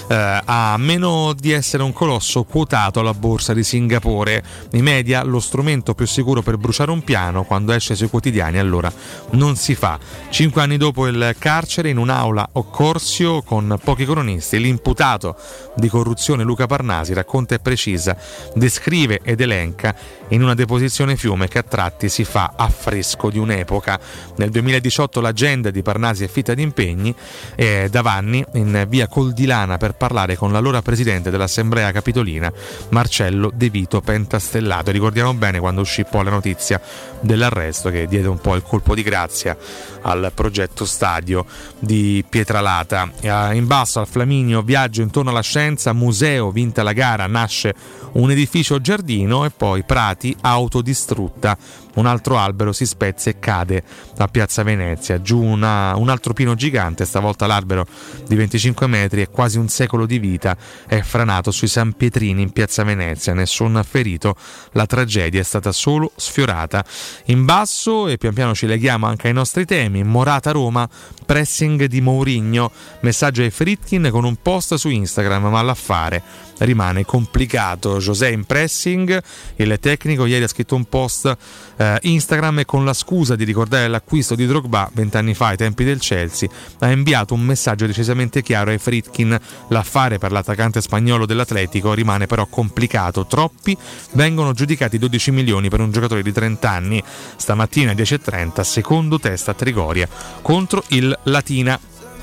a meno di essere un colosso quotato alla borsa di Singapore. I media, lo strumento più sicuro per bruciare un piano, quando esce sui quotidiani allora non si fa. 5 anni dopo il carcere, in un'aula Occorsio con pochi cronisti, l'imputato di corruzione Luca Parnasi racconta e precisa, descrive ed elenca in una deposizione Fiume che a tratti si fa affresco di un'epoca. Nel 2018 l'agenda di Parnasi è fitta di impegni, da Vanni in via Coldilana per parlare con l'allora presidente dell'Assemblea Capitolina Marcello De Vito Pentastellato. Ricordiamo bene quando uscì poi la notizia dell'arresto che diede un po' il colpo di grazia al progetto stadio di Pietralata. In basso al Flaminio, viaggio intorno alla scienza, museo, vinta la gara, nasce un edificio giardino, e poi Prati, auto distrutta, un altro albero si spezza e cade a Piazza Venezia, giù un altro pino gigante, stavolta l'albero di 25 metri e quasi un secolo di vita è franato sui San Pietrini in Piazza Venezia, nessun ferito, la tragedia è stata solo sfiorata. In basso, e pian piano ci leghiamo anche ai nostri temi, Morata Roma, pressing di Mourinho, messaggio ai Friedkin con un post su Instagram, ma l'affare rimane complicato. José in pressing, il tecnico ieri ha scritto un post Instagram e con la scusa di ricordare l'acquisto di Drogba 20 anni fa ai tempi del Chelsea ha inviato un messaggio decisamente chiaro ai Friedkin: l'affare per l'attaccante spagnolo dell'Atletico rimane però complicato, troppi vengono giudicati 12 milioni per un giocatore di 30 anni. Stamattina 10:30 secondo test a Trigoria contro il Latina.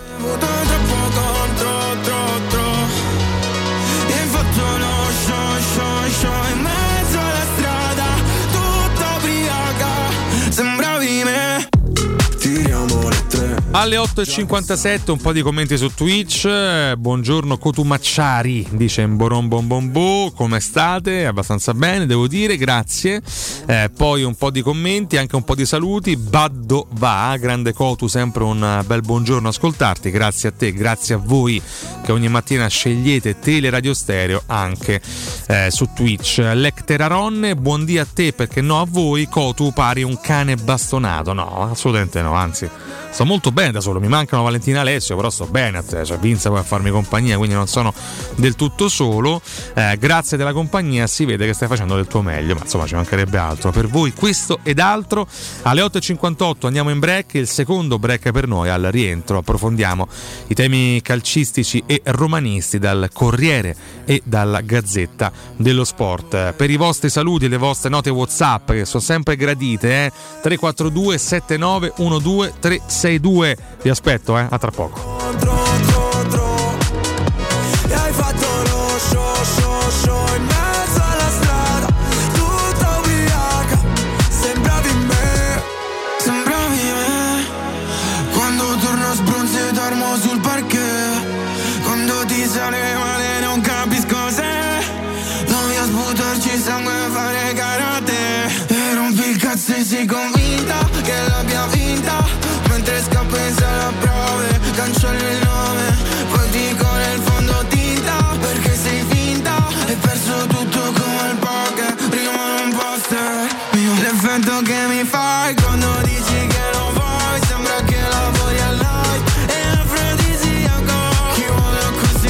Alle 8.57 un po' di commenti su Twitch. Buongiorno Cotumacciari, dice Mboron Bombombo, come state? Abbastanza bene, devo dire, grazie. Poi un po' di commenti, anche un po' di saluti. Baddo va, grande Cotu, sempre un bel buongiorno a ascoltarti, grazie a te, grazie a voi che ogni mattina scegliete Teleradio Stereo anche su Twitch. Lecteraronne, buondì a te, perché no a voi, Cotu pari un cane bastonato. No, assolutamente no, anzi sto molto bene da solo, mi mancano Valentina e Alessio, però sto bene a te, cioè Vinza può farmi compagnia, quindi non sono del tutto solo. Grazie della compagnia, si vede che stai facendo del tuo meglio, ma insomma ci mancherebbe altro per voi, questo ed altro. Alle 8.58 andiamo in break, il secondo break per noi. Al rientro approfondiamo i temi calcistici e romanisti dal Corriere e dalla Gazzetta dello Sport. Per i vostri saluti e le vostre note WhatsApp, che sono sempre gradite, 342 7912 362, vi aspetto, a tra poco. E hai fatto lo show in mezzo alla strada, tutta ubriaca, sembravi me, quando torno sbronzo e dormo sul parquet, quando ti sale male non capisco se non mi sputo darci sangue e fare karate. E rompi il cazzo e sei convinta che l'abbia vinta. Mentre scappo in sala prove, cancello il nome, poi dico nel fondo tinta, perché sei finta. Hai perso tutto come il poker, prima non poster. L'effetto che mi fai quando dici che non vuoi, sembra che lavori al night e afrodisiaco. Chi vuole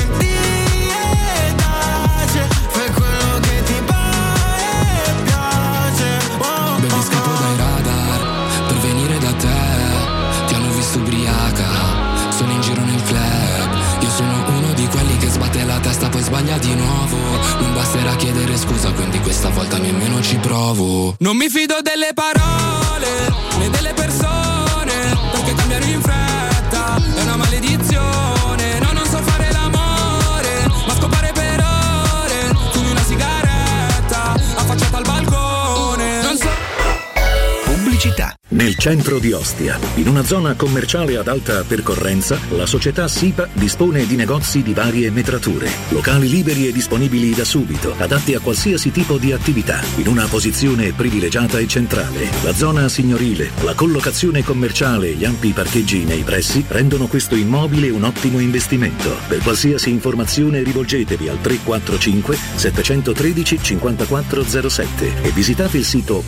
acconsentire tace, fai quello che ti pare e piace. Oh, baby, scappo dai radar per venire da te. Ti hanno visto ubriaca, sono in giro nel club. Io sono uno di quelli che sbatte la testa poi sbaglia di nuovo. Non basterà chiedere scusa, quindi questa volta nemmeno ci provo. Non mi fido delle parole né delle persone, perché cambiano in fretta è una maledizione. No, non so fare l'amore, ma scopare per ore. Fumi una sigaretta affacciata al balcone. Non so. Pubblicità. Nel centro di Ostia, in una zona commerciale ad alta percorrenza, la società SIPA dispone di negozi di varie metrature, locali liberi e disponibili da subito, adatti a qualsiasi tipo di attività, in una posizione privilegiata e centrale. La zona signorile, la collocazione commerciale e gli ampi parcheggi nei pressi rendono questo immobile un ottimo investimento. Per qualsiasi informazione rivolgetevi al 345 713 5407 e visitate il sito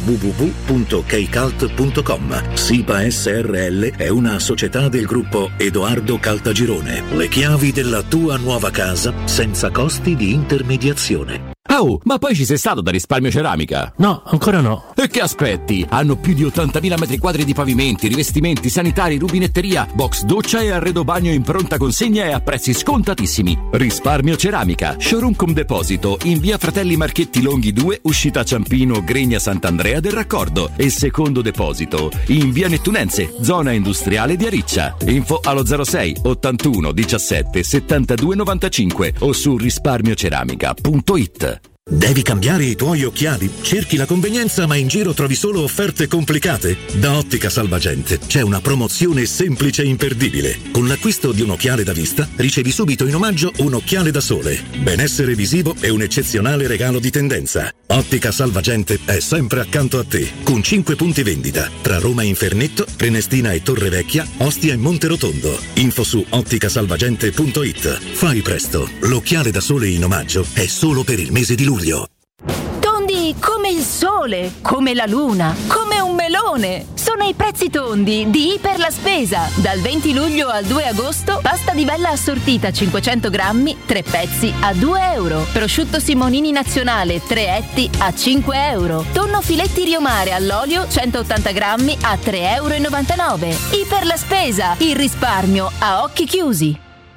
www.kcalt.com. SIPA SRL è una società del gruppo Edoardo Caltagirone. Le chiavi della tua nuova casa senza costi di intermediazione. Oh, ma poi ci sei stato da Risparmio Ceramica? No, ancora no. E che aspetti? Hanno più di 80.000 metri quadri di pavimenti, rivestimenti, sanitari, rubinetteria, box doccia e arredo bagno in pronta consegna e a prezzi scontatissimi. Risparmio Ceramica, showroom con deposito in via Fratelli Marchetti Longhi 2, uscita Ciampino, Gregna Sant'Andrea del Raccordo, e secondo deposito in via Nettunense, zona industriale di Ariccia. Info allo 06 81 17 72 95 o su risparmioceramica.it. Devi cambiare i tuoi occhiali? Cerchi la convenienza ma in giro trovi solo offerte complicate? Da Ottica Salvagente c'è una promozione semplice e imperdibile. Con l'acquisto di un occhiale da vista ricevi subito in omaggio un occhiale da sole. Benessere visivo e un eccezionale regalo di tendenza. Ottica Salvagente è sempre accanto a te, con 5 punti vendita tra Roma e Infernetto, Prenestina e Torrevecchia, Ostia e Monterotondo. Info su otticasalvagente.it. Fai presto, l'occhiale da sole in omaggio è solo per il mese di luglio. Tondi come il sole, come la luna, come un melone. Sono i prezzi tondi di Iper la Spesa. Dal 20 luglio al 2 agosto, pasta di vella assortita 500 grammi, 3 pezzi a 2 euro. Prosciutto Simonini nazionale 3 etti a 5 euro. Tonno filetti Rio Mare all'olio 180 grammi a 3,99 euro. Iper la Spesa, il risparmio a occhi chiusi.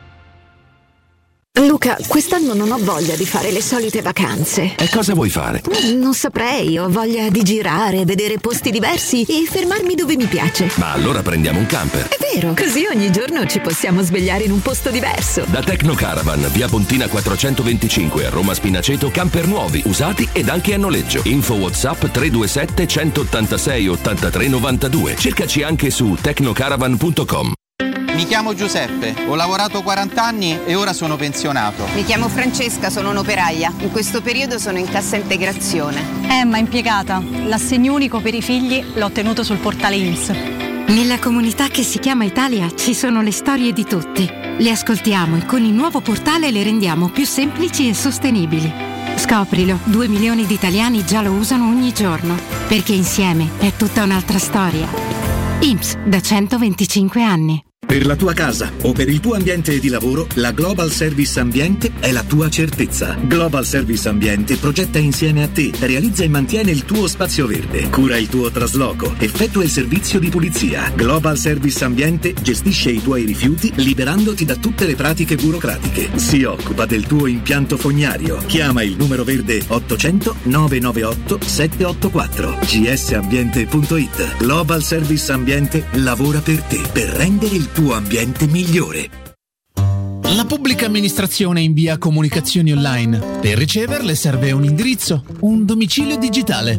Luca, quest'anno non ho voglia di fare le solite vacanze. E cosa vuoi fare? Non saprei, ho voglia di girare, vedere posti diversi e fermarmi dove mi piace. Ma allora prendiamo un camper. È vero, così ogni giorno ci possiamo svegliare in un posto diverso. Da Tecnocaravan, via Pontina 425 a Roma Spinaceto, camper nuovi, usati ed anche a noleggio. Info WhatsApp 327 186 83 92. Cercaci anche su tecnocaravan.com. Mi chiamo Giuseppe, ho lavorato 40 anni e ora sono pensionato. Mi chiamo Francesca, sono un'operaia. In questo periodo sono in cassa integrazione. Emma, impiegata. L'assegno unico per i figli l'ho ottenuto sul portale INPS. Nella comunità che si chiama Italia ci sono le storie di tutti. Le ascoltiamo e con il nuovo portale le rendiamo più semplici e sostenibili. Scoprilo, 2 milioni di italiani già lo usano ogni giorno, perché insieme è tutta un'altra storia. INPS da 125 anni. Per la tua casa o per il tuo ambiente di lavoro, la Global Service Ambiente è la tua certezza. Global Service Ambiente progetta insieme a te, realizza e mantiene il tuo spazio verde, cura il tuo trasloco, effettua il servizio di pulizia. Global Service Ambiente gestisce i tuoi rifiuti liberandoti da tutte le pratiche burocratiche. Si occupa del tuo impianto fognario. Chiama il numero verde 800 998 784. gsambiente.it. Global Service Ambiente lavora per te, per rendere il tuo ambiente migliore. La pubblica amministrazione invia comunicazioni online. Per riceverle serve un indirizzo, un domicilio digitale.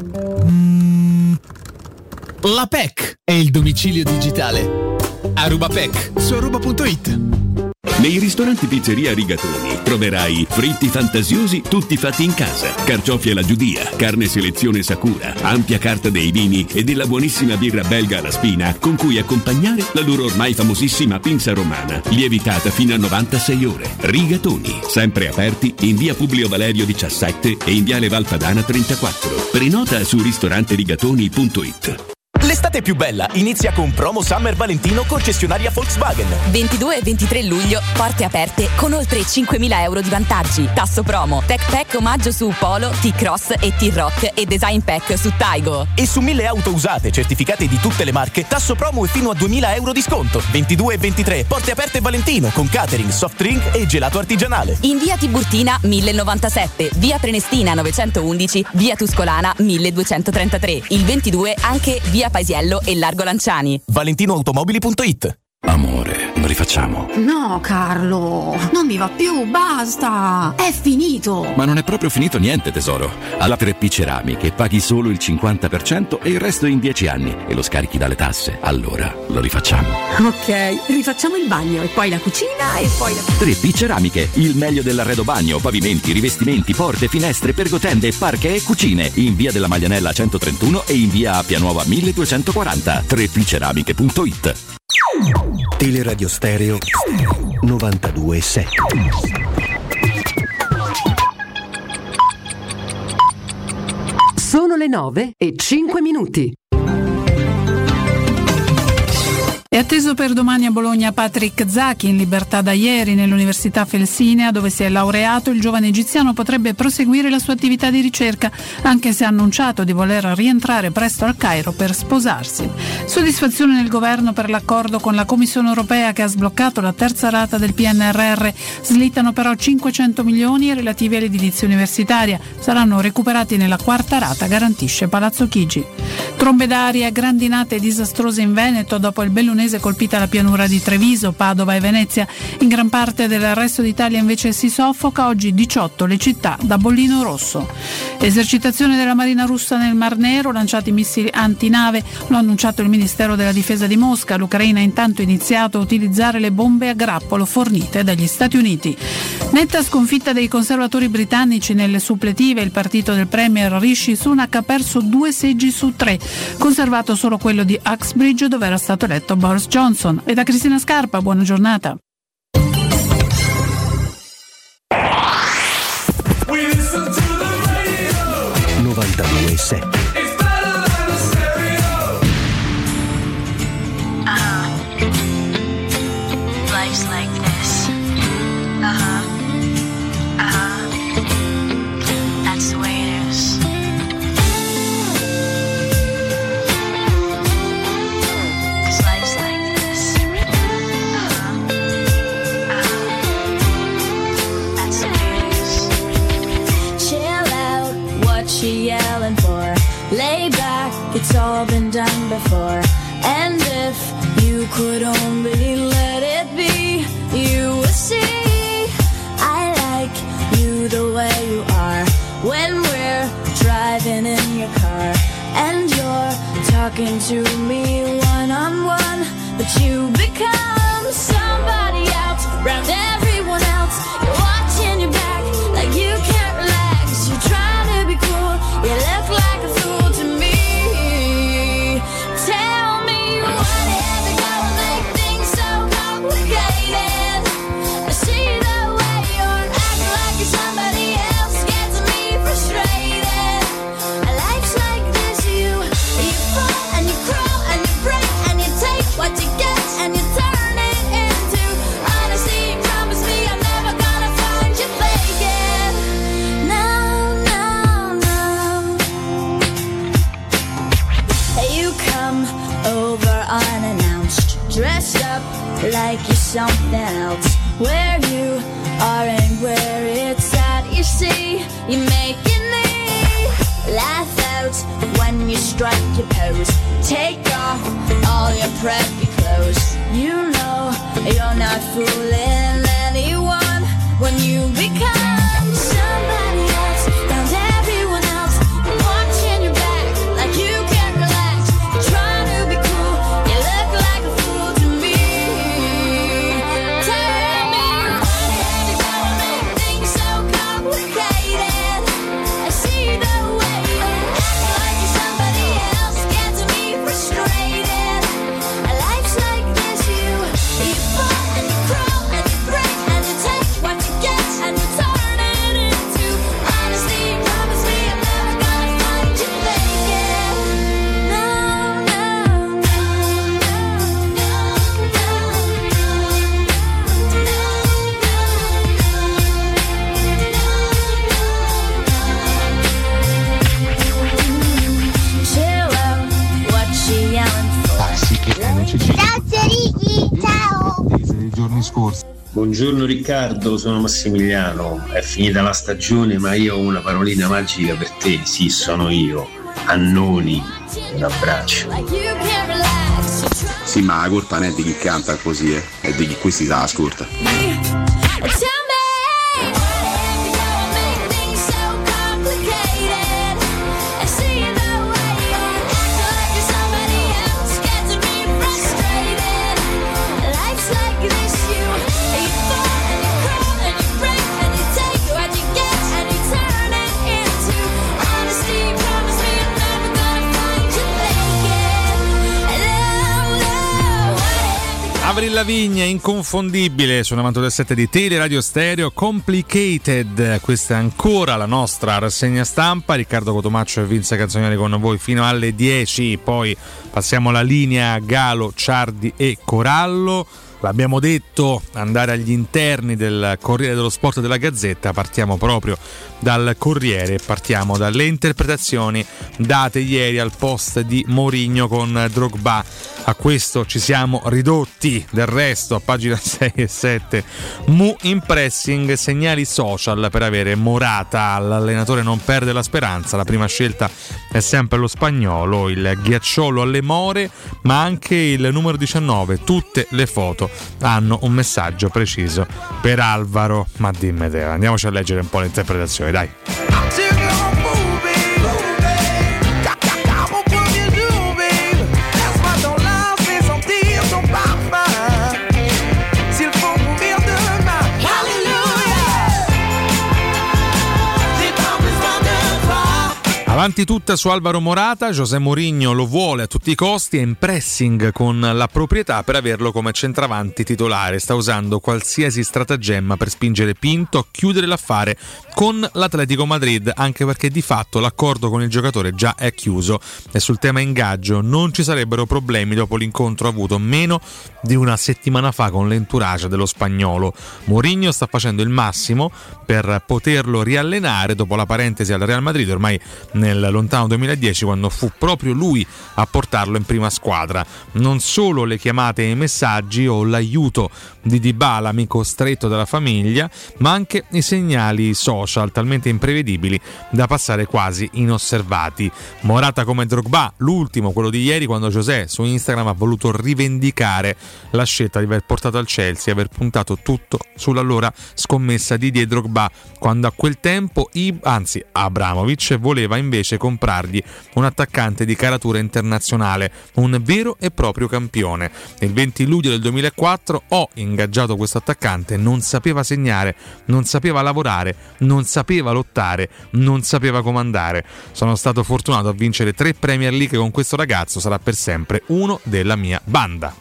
La PEC è il domicilio digitale. Aruba PEC su aruba.it. Nei ristoranti Pizzeria Rigatoni troverai fritti fantasiosi tutti fatti in casa, carciofi alla giudia, carne selezione Sakura, ampia carta dei vini e della buonissima birra belga alla spina con cui accompagnare la loro ormai famosissima pinza romana, lievitata fino a 96 ore. Rigatoni, sempre aperti in via Publio Valerio 17 e in viale Valpadana 34. Prenota su ristoranterigatoni.it. L'estate più bella inizia con Promo Summer Valentino concessionaria Volkswagen. 22 e 23 luglio, porte aperte con oltre 5.000 euro di vantaggi. Tasso promo, Tech Pack omaggio su Polo, T-Cross e T-Rock e Design Pack su Taigo. E su 1.000 auto usate certificate di tutte le marche, tasso promo e fino a 2.000 euro di sconto. 22 e 23, porte aperte Valentino con catering, soft drink e gelato artigianale. In via Tiburtina 1097, via Prenestina 911, via Tuscolana 1233. Il 22 anche via Paisiello e Largo Lanciani. ValentinoAutomobili.it. Amore, lo rifacciamo? No, Carlo, non mi va più, basta, è finito. Ma non è proprio finito niente, tesoro. Alla 3P Ceramiche paghi solo il 50% e il resto in 10 anni e lo scarichi dalle tasse. Allora lo rifacciamo. Ok, rifacciamo il bagno e poi la cucina e poi la... 3P Ceramiche, il meglio dell'arredo bagno, pavimenti, rivestimenti, porte, finestre, pergotende, parche e cucine. In via della Maglianella 131 e in via Appia Nuova 1240. 3pceramiche.it. Teleradio Stereo 92.7. Sono le 9:05. È atteso per domani a Bologna Patrick Zaki, in libertà da ieri nell'Università Felsinea, dove si è laureato. Il giovane egiziano potrebbe proseguire la sua attività di ricerca, anche se ha annunciato di voler rientrare presto al Cairo per sposarsi. Soddisfazione nel governo per l'accordo con la Commissione europea che ha sbloccato la terza rata del PNRR. Slittano però 500 milioni relativi all'edilizia universitaria. Saranno recuperati nella quarta rata, garantisce Palazzo Chigi. Trombe d'aria, grandinate disastrose in Veneto dopo il bellunese colpita la pianura di Treviso, Padova e Venezia. In gran parte del resto d'Italia invece si soffoca. Oggi 18 le città da bollino rosso. Esercitazione della Marina russa nel Mar Nero, lanciati missili antinave, lo ha annunciato il Ministero della Difesa di Mosca. L'Ucraina ha intanto iniziato a utilizzare le bombe a grappolo fornite dagli Stati Uniti. Netta sconfitta dei conservatori britannici nelle suppletive. Il partito del premier Rishi Sunak ha perso 2 seggi su 3, conservato solo quello di Uxbridge, dove era stato eletto Boris Johnson. E da Cristina Scarpa, buona giornata. 92.7. Life's like this. That's the way it is. Life's like this. That's the way it is. Chill out, what you yelling for? Lay back, it's all been done before. And if you could only let it be, you would see I like you the way you are. When we're driving in your car and you're talking to me one-on-one, but you become somebody else around everyone else. You're watching your back like you can't relax. You're trying to be cool, you look like a fool to me. Tell me what is it gonna make things so complicated? I see the way you're acting like you're somebody else, gets me frustrated. Life's like this, you fall and you crawl and you break and you take what you get and you turn it into honesty. Promise me I'm never gonna find you faking. No, no, no. You come over unannounced, dressed up like you're something else. Where you are and where it's at, you see, you make me laugh out when you strike your pose. Take off all your preppy clothes. You know you're not fooling anyone when you become somebody else around everyone else. Watching your back like you can't relax. Trying to be cool, you look like a fool to me. Tell me giorni scorsi. Buongiorno Riccardo, sono Massimiliano. È finita la stagione, ma io ho una parolina magica per te. Sì, sono io, Annoni. Un abbraccio. Sì, ma la colpa non è di chi canta così, è di chi questi sa ascolta. Avril Lavigne, inconfondibile su 97 di Tele Radio Stereo, Complicated. Questa è ancora la nostra rassegna stampa. Riccardo Cotomaccio e Vince Canzonieri con voi fino alle 10. Poi passiamo alla linea Galo, Ciardi e Corallo. L'abbiamo detto, andare agli interni del Corriere dello Sport della Gazzetta. Partiamo proprio dal Corriere, partiamo dalle interpretazioni date ieri al post di Mourinho con Drogba. A questo ci siamo ridotti. Del resto, a pagina 6 e 7, Mu in pressing, segnali social per avere Morata. L'allenatore non perde la speranza, la prima scelta è sempre lo spagnolo, il ghiacciolo alle more, ma anche il numero 19. Tutte le foto hanno un messaggio preciso per Alvaro. Ma dimmi te, andiamoci a leggere un po' l'interpretazione, dai. Avanti tutta su Alvaro Morata, José Mourinho lo vuole a tutti i costi, è in pressing con la proprietà per averlo come centravanti titolare, sta usando qualsiasi stratagemma per spingere Pinto a chiudere l'affare con l'Atletico Madrid, anche perché di fatto l'accordo con il giocatore già è chiuso e sul tema ingaggio non ci sarebbero problemi dopo l'incontro avuto meno di una settimana fa con l'entourage dello spagnolo. Mourinho sta facendo il massimo per poterlo riallenare dopo la parentesi al Real Madrid, ormai nel lontano 2010, quando fu proprio lui a portarlo in prima squadra. Non solo le chiamate e i messaggi o l'aiuto di Dybala, amico stretto della famiglia, ma anche i segnali social talmente imprevedibili da passare quasi inosservati. Morata come Drogba, l'ultimo, quello di ieri, quando José su Instagram ha voluto rivendicare la scelta di aver portato al Chelsea e aver puntato tutto sull'allora scommessa di Didier Drogba, quando a quel tempo Abramovic voleva invece comprargli un attaccante di caratura internazionale, un vero e proprio campione. Il 20 luglio del 2004 ho ingaggiato questo attaccante, non sapeva segnare, non sapeva lavorare, non sapeva lottare, non sapeva comandare. Sono stato fortunato a vincere 3 Premier League con questo ragazzo, sarà per sempre uno della mia banda.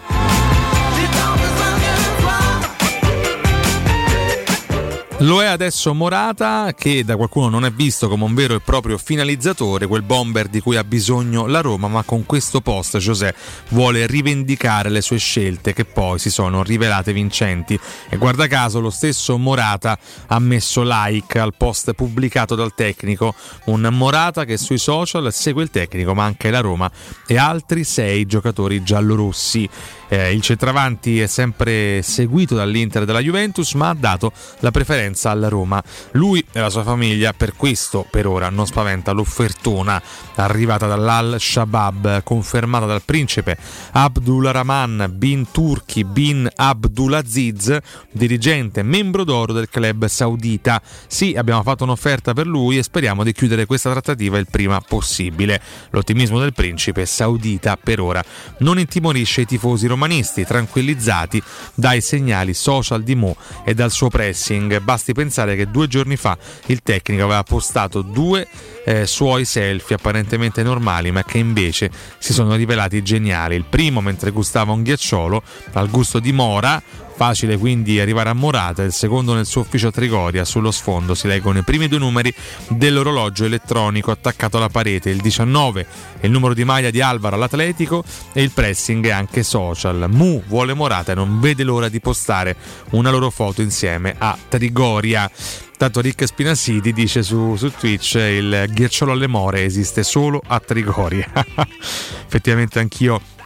Lo è adesso Morata, che da qualcuno non è visto come un vero e proprio finalizzatore, quel bomber di cui ha bisogno la Roma, ma con questo post José vuole rivendicare le sue scelte che poi si sono rivelate vincenti. E guarda caso lo stesso Morata ha messo like al post pubblicato dal tecnico, un Morata che sui social segue il tecnico ma anche la Roma e altri 6 giocatori giallorossi. Il centravanti è sempre seguito dall'Inter e dalla Juventus, ma ha dato la preferenza alla Roma. Lui e la sua famiglia per questo per ora non spaventa l'offertona arrivata dall'Al-Shabaab, confermata dal principe Abdulrahman bin Turki bin Abdulaziz, dirigente membro d'oro del club saudita. Sì, abbiamo fatto un'offerta per lui e speriamo di chiudere questa trattativa il prima possibile. L'ottimismo del principe saudita per ora non intimorisce i tifosi romanisti, tranquillizzati dai segnali social di Mo e dal suo pressing. Basti pensare che 2 giorni fa il tecnico aveva postato 2 suoi selfie apparentemente normali, ma che invece si sono rivelati geniali. Il primo mentre gustava un ghiacciolo al gusto di Mora, facile quindi arrivare a Morata. Il secondo nel suo ufficio a Trigoria, sullo sfondo si leggono i primi 2 numeri dell'orologio elettronico attaccato alla parete, il 19 è il numero di maglia di Alvaro all'Atletico e il pressing è anche social. Mu vuole Morata e non vede l'ora di postare una loro foto insieme a Trigoria. Tanto Rick Spinasiti dice su Twitch: il ghiacciolo alle more esiste solo a Trigoria. Effettivamente anch'io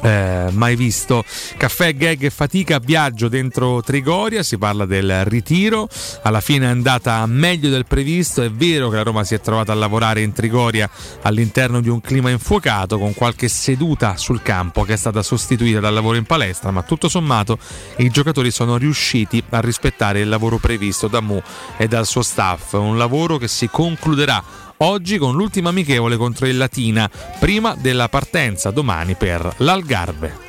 mai visto. Caffè, gag e fatica, viaggio dentro Trigoria, si parla del ritiro, alla fine è andata meglio del previsto. È vero che la Roma si è trovata a lavorare in Trigoria all'interno di un clima infuocato, con qualche seduta sul campo che è stata sostituita dal lavoro in palestra, ma tutto sommato i giocatori sono riusciti a rispettare il lavoro previsto da Mu e dal suo staff, un lavoro che si concluderà oggi con l'ultima amichevole contro il Latina, prima della partenza domani per l'Algarve.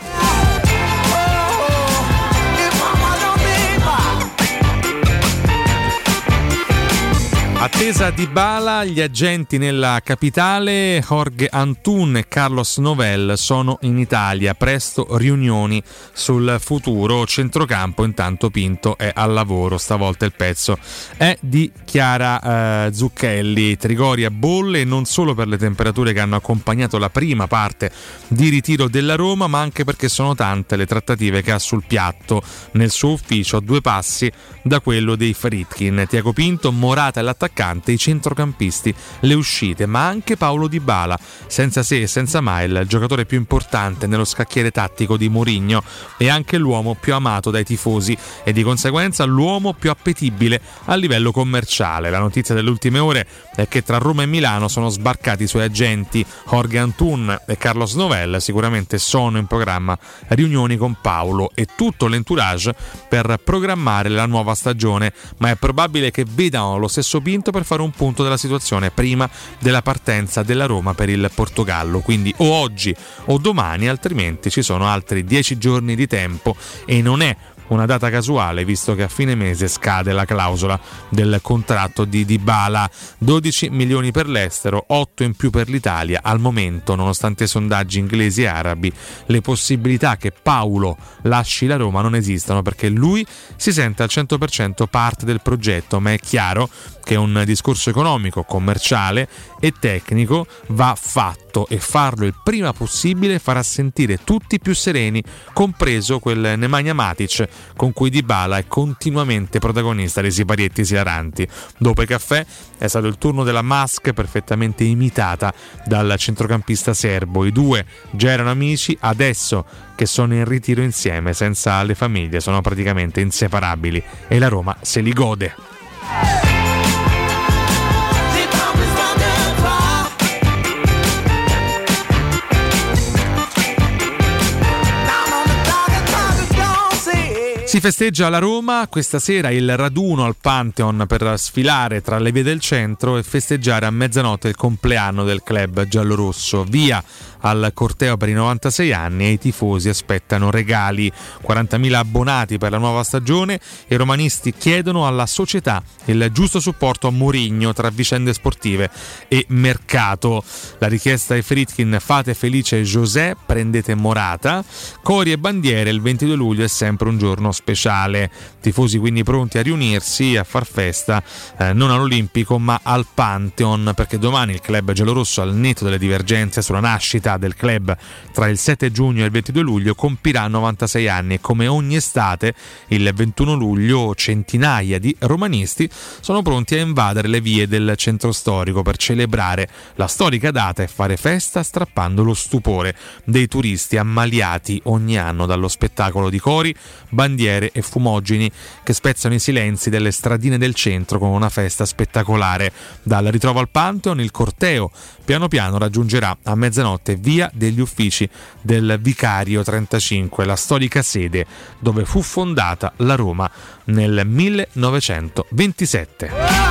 Attesa Dybala, gli agenti nella capitale, Jorge Antun e Carlos Novell sono in Italia, presto riunioni sul futuro centrocampo. Intanto Pinto è al lavoro, stavolta il pezzo è di Chiara Zucchelli. Trigoria bolle non solo per le temperature che hanno accompagnato la prima parte di ritiro della Roma, ma anche perché sono tante le trattative che ha sul piatto nel suo ufficio, a 2 passi da quello dei Friedkin. Tiago Pinto, Morata e l'attaccante, i centrocampisti, le uscite, ma anche Paulo Dybala, senza se e senza ma il giocatore più importante nello scacchiere tattico di Mourinho e anche l'uomo più amato dai tifosi e di conseguenza l'uomo più appetibile a livello commerciale. La notizia delle ultime ore è che tra Roma e Milano sono sbarcati i suoi agenti Jorge Antun e Carlos Novell. Sicuramente sono in programma riunioni con Paolo e tutto l'entourage per programmare la nuova stagione, ma è probabile che vedano lo stesso Pinto per fare un punto della situazione prima della partenza della Roma per il Portogallo, quindi o oggi o domani, altrimenti ci sono altri 10 giorni di tempo e non è una data casuale, visto che a fine mese scade la clausola del contratto di Dybala. 12 milioni per l'estero, 8 in più per l'Italia. Al momento, nonostante i sondaggi inglesi e arabi, le possibilità che Paolo lasci la Roma non esistono, perché lui si sente al 100% parte del progetto, ma è chiaro che un discorso economico, commerciale e tecnico va fatto, e farlo il prima possibile farà sentire tutti più sereni, compreso quel Nemanja Matic con cui Dybala è continuamente protagonista dei siparietti esilaranti. Dopo i caffè è stato il turno della mask, perfettamente imitata dal centrocampista serbo. I due già erano amici, adesso che sono in ritiro insieme senza le famiglie sono praticamente inseparabili e la Roma se li gode. Si festeggia alla Roma questa sera il raduno al Pantheon per sfilare tra le vie del centro e festeggiare a mezzanotte il compleanno del club giallorosso. Via al corteo per i 96 anni e i tifosi aspettano regali. 40.000 abbonati per la nuova stagione e i romanisti chiedono alla società il giusto supporto a Mourinho tra vicende sportive e mercato. La richiesta ai Friedkin: fate felice José, prendete Morata. Cori e bandiere, il 22 luglio è sempre un giorno speciale. Tifosi quindi pronti a riunirsi, a far festa, non all'Olimpico ma al Pantheon, perché domani il club giallorosso, al netto delle divergenze sulla nascita del club tra il 7 giugno e il 22 luglio, compirà 96 anni e come ogni estate il 21 luglio centinaia di romanisti sono pronti a invadere le vie del centro storico per celebrare la storica data e fare festa, strappando lo stupore dei turisti ammaliati ogni anno dallo spettacolo di cori, bandiere e fumogeni che spezzano i silenzi delle stradine del centro con una festa spettacolare. Dal ritrovo al Pantheon il corteo piano piano raggiungerà a mezzanotte via degli Uffici del Vicario 35, la storica sede dove fu fondata la Roma nel 1927.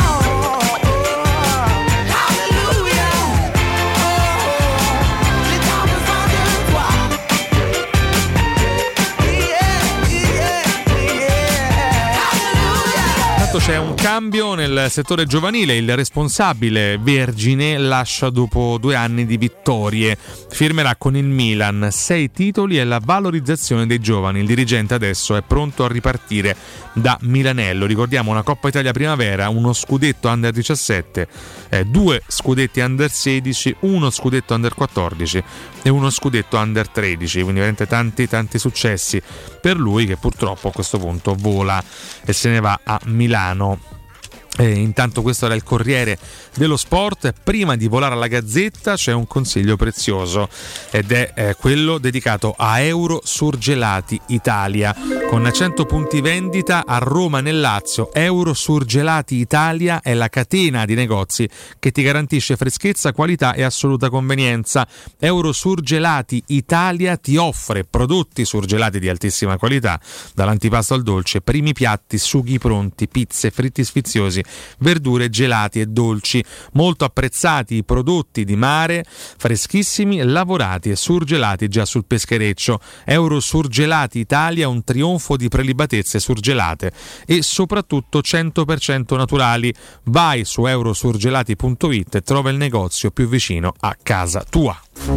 C'è un cambio nel settore giovanile, il responsabile Vergine lascia dopo 2 anni di vittorie, firmerà con il Milan 6 titoli e la valorizzazione dei giovani. Il dirigente adesso è pronto a ripartire da Milanello. Ricordiamo una Coppa Italia Primavera, uno scudetto under 17, 2 scudetti under 16, 1 scudetto under 14 e 1 scudetto under 13, quindi veramente tanti successi per lui, che purtroppo a questo punto vola e se ne va a Milano. Intanto questo era il Corriere dello Sport. Prima di volare alla Gazzetta c'è un consiglio prezioso ed è quello dedicato a Eurosurgelati Italia, con 100 punti vendita a Roma e nel Lazio. Eurosurgelati Italia è la catena di negozi che ti garantisce freschezza, qualità e assoluta convenienza. Eurosurgelati Italia ti offre prodotti surgelati di altissima qualità, dall'antipasto al dolce, primi piatti, sughi pronti, pizze, fritti sfiziosi, verdure, gelati e dolci. Molto apprezzati i prodotti di mare, freschissimi, lavorati e surgelati già sul peschereccio. Eurosurgelati Italia, un trionfo di prelibatezze surgelate e soprattutto 100% naturali. Vai su eurosurgelati.it e trova il negozio più vicino a casa tua.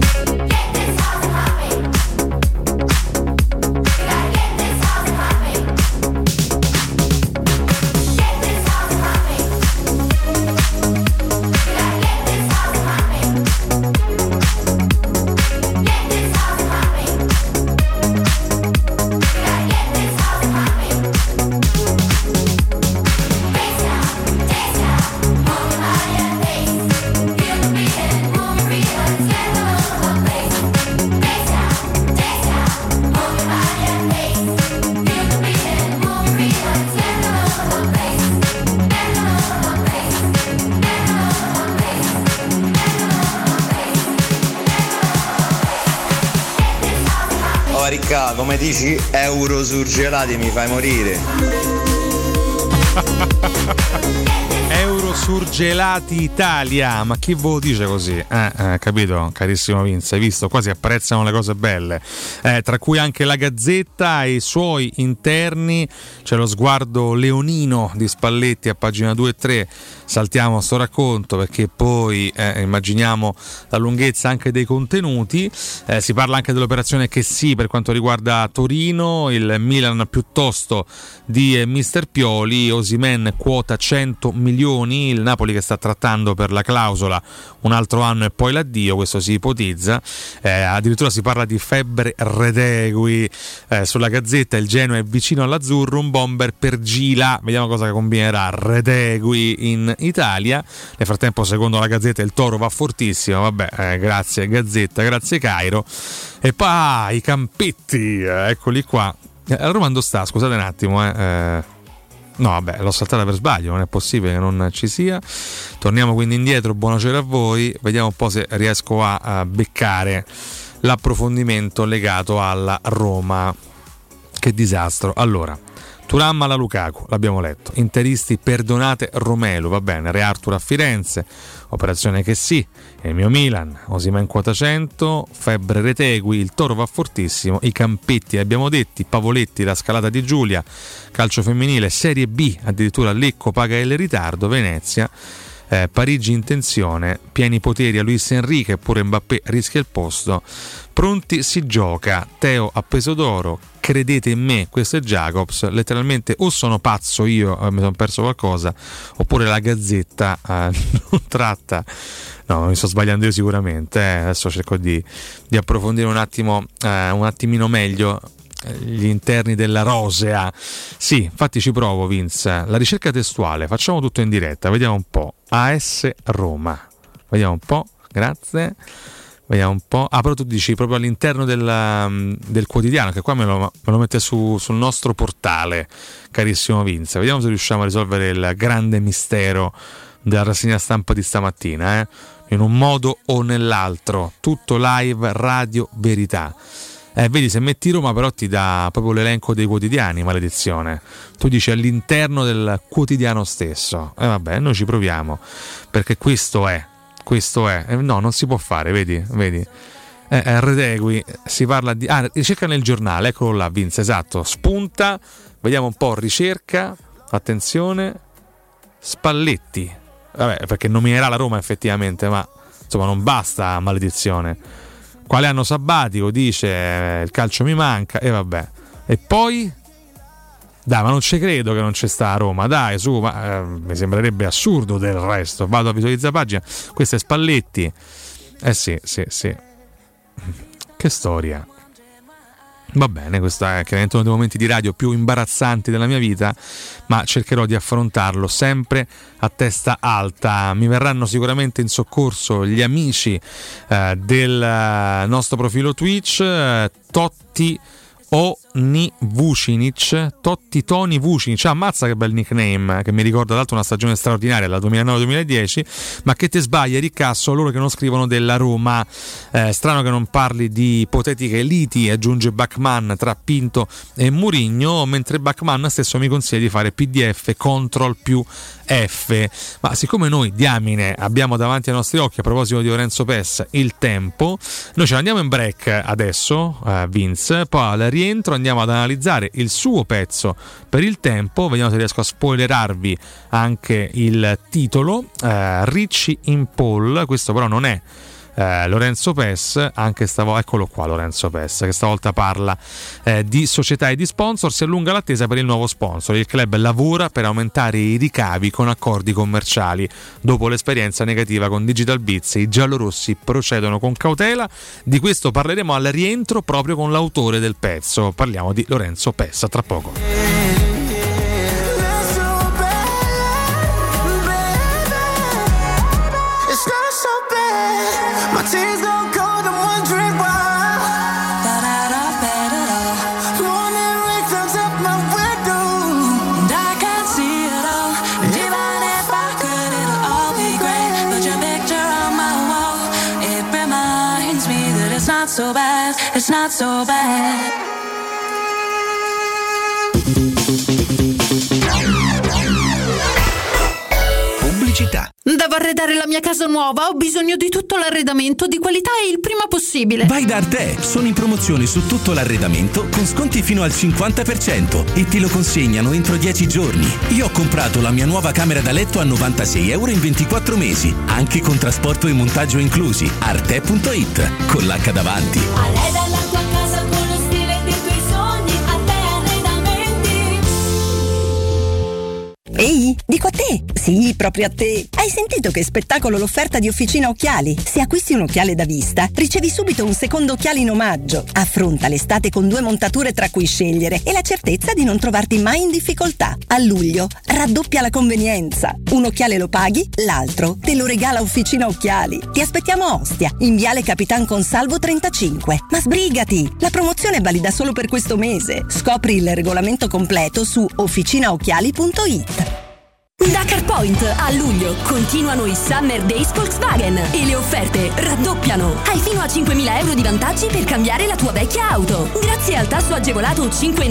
Ricca, come dici eurosurgelati mi fai morire. Eurosurgelati Italia, ma chi ve lo dice così? Capito, carissimo Vince, hai visto? Qua si apprezzano le cose belle, tra cui anche la Gazzetta e i suoi interni. C'è lo sguardo leonino di Spalletti a pagina 2 e 3. Saltiamo sto racconto perché poi immaginiamo la lunghezza anche dei contenuti. Si parla anche dell'operazione che sì, per quanto riguarda Torino, il Milan piuttosto di Mister Pioli, Osimhen quota 100 milioni, il Napoli che sta trattando per la clausola un altro anno e poi l'addio, questo si ipotizza. Addirittura si parla di febbre Retegui. Sulla Gazzetta il Genoa è vicino all'azzurro, un bomber per Gila, vediamo cosa combinerà Retegui in Italia. Nel frattempo, secondo la Gazzetta, il Toro va fortissimo. Vabbè, grazie Gazzetta, grazie Cairo. E poi i campetti, eccoli qua. La Roma dove sta? Scusate un attimo, no, vabbè, l'ho saltata per sbaglio, non è possibile che non ci sia. Torniamo quindi indietro, buonasera a voi. Vediamo un po' se riesco a beccare l'approfondimento legato alla Roma. Che disastro. Allora, Thuram alla Lukaku, l'abbiamo letto. Interisti, perdonate Romelu, va bene. Re Arthur a Firenze, operazione che sì. E il mio Milan, Osimhen quota 100, febbre Retegui, il Toro va fortissimo. I campetti, abbiamo detti, Pavoletti, la scalata di Giulia, calcio femminile, Serie B, addirittura Lecco paga il ritardo, Venezia. Parigi in tensione, pieni poteri a Luis Enrique, pure Mbappé rischia il posto. Pronti si gioca, Teo a peso d'oro, credete in me, questo è Jacobs. Letteralmente o sono pazzo io, mi sono perso qualcosa, oppure la Gazzetta non tratta. No, mi sto sbagliando io sicuramente. Adesso cerco di approfondire un attimino meglio gli interni della rosea. Sì, infatti ci provo, Vince. La ricerca testuale, facciamo tutto in diretta, vediamo un po'. AS Roma, vediamo un po', grazie. Vediamo un po'. Però tu dici proprio all'interno del quotidiano, che qua me lo mette sul nostro portale, carissimo Vince. Vediamo se riusciamo a risolvere il grande mistero della rassegna stampa di stamattina, in un modo o nell'altro. Tutto live, radio, verità. Vedi, se metti Roma però ti dà proprio l'elenco dei quotidiani, maledizione. Tu dici all'interno del quotidiano stesso. Vabbè, noi ci proviamo, perché questo è. No, non si può fare, vedi. Retegui, si parla di... ricerca nel giornale, eccolo là, Vince, esatto. Spunta, vediamo un po', ricerca, attenzione, Spalletti. Vabbè, perché nominerà la Roma effettivamente, ma insomma non basta, maledizione. Quale anno sabbatico, dice, il calcio mi manca, e vabbè. E poi? Dai, ma non ci credo che non c'è sta a Roma, dai, su, ma mi sembrerebbe assurdo del resto. Vado a visualizzare pagina, questo è Spalletti. Sì. Che storia. Va bene, questo è chiaramente uno dei momenti di radio più imbarazzanti della mia vita, ma cercherò di affrontarlo sempre a testa alta. Mi verranno sicuramente in soccorso gli amici del nostro profilo Twitch, Totti Toni Vucinic, ammazza che bel nickname, che mi ricorda tra l'altro una stagione straordinaria, la 2009-2010, ma che te sbaglia Riccasso, loro che non scrivono della Roma, strano che non parli di ipotetiche liti, aggiunge Bachmann, tra Pinto e Mourinho, mentre Bachmann stesso mi consiglia di fare PDF Ctrl più F, ma siccome noi diamine abbiamo davanti ai nostri occhi, a proposito di Lorenzo Pes, il tempo, noi ce ne andiamo in break adesso, Vince, poi al rientro andiamo ad analizzare il suo pezzo per il tempo, vediamo se riesco a spoilerarvi anche il titolo, Ricci in Paul, questo però non è Lorenzo Pes, anche stavolta, eccolo qua Lorenzo Pes, che stavolta parla di società e di sponsor. Si allunga l'attesa per il nuovo sponsor, il club lavora per aumentare i ricavi con accordi commerciali. Dopo l'esperienza negativa con Digital Beats, i giallorossi procedono con cautela. Di questo parleremo al rientro proprio con l'autore del pezzo, parliamo di Lorenzo Pes, a tra poco. Tears go cold, I'm wondering why. Morning rain comes up my window, and I can't see it all. And even if I could, it'll all be great. Put your picture on my wall. It reminds me that it's not so bad. It's not so bad. Pubblicità. Devo arredare la mia casa nuova, ho bisogno di tutto l'arredamento di qualità e il prima possibile. Vai da Arte, sono in promozione su tutto l'arredamento con sconti fino al 50% e ti lo consegnano entro 10 giorni. Io ho comprato la mia nuova camera da letto a €96 in 24 mesi, anche con trasporto e montaggio inclusi. Arte.it, con l'H davanti. Arreda la tua casa con lo stile dei tuoi sogni, Arte Arredamenti. Ehi, dico a te! Sì, proprio a te! Hai sentito che spettacolo l'offerta di Officina Occhiali? Se acquisti un occhiale da vista, ricevi subito un secondo occhiale in omaggio. Affronta l'estate con 2 montature tra cui scegliere e la certezza di non trovarti mai in difficoltà. A luglio raddoppia la convenienza. Un occhiale lo paghi, l'altro te lo regala Officina Occhiali. Ti aspettiamo a Ostia, in Viale Capitan Consalvo 35. Ma sbrigati! La promozione è valida solo per questo mese. Scopri il regolamento completo su officinaocchiali.it. Da CarPoint a luglio continuano i Summer Days Volkswagen e le offerte raddoppiano. Hai fino a €5.000 di vantaggi per cambiare la tua vecchia auto. Grazie al tasso agevolato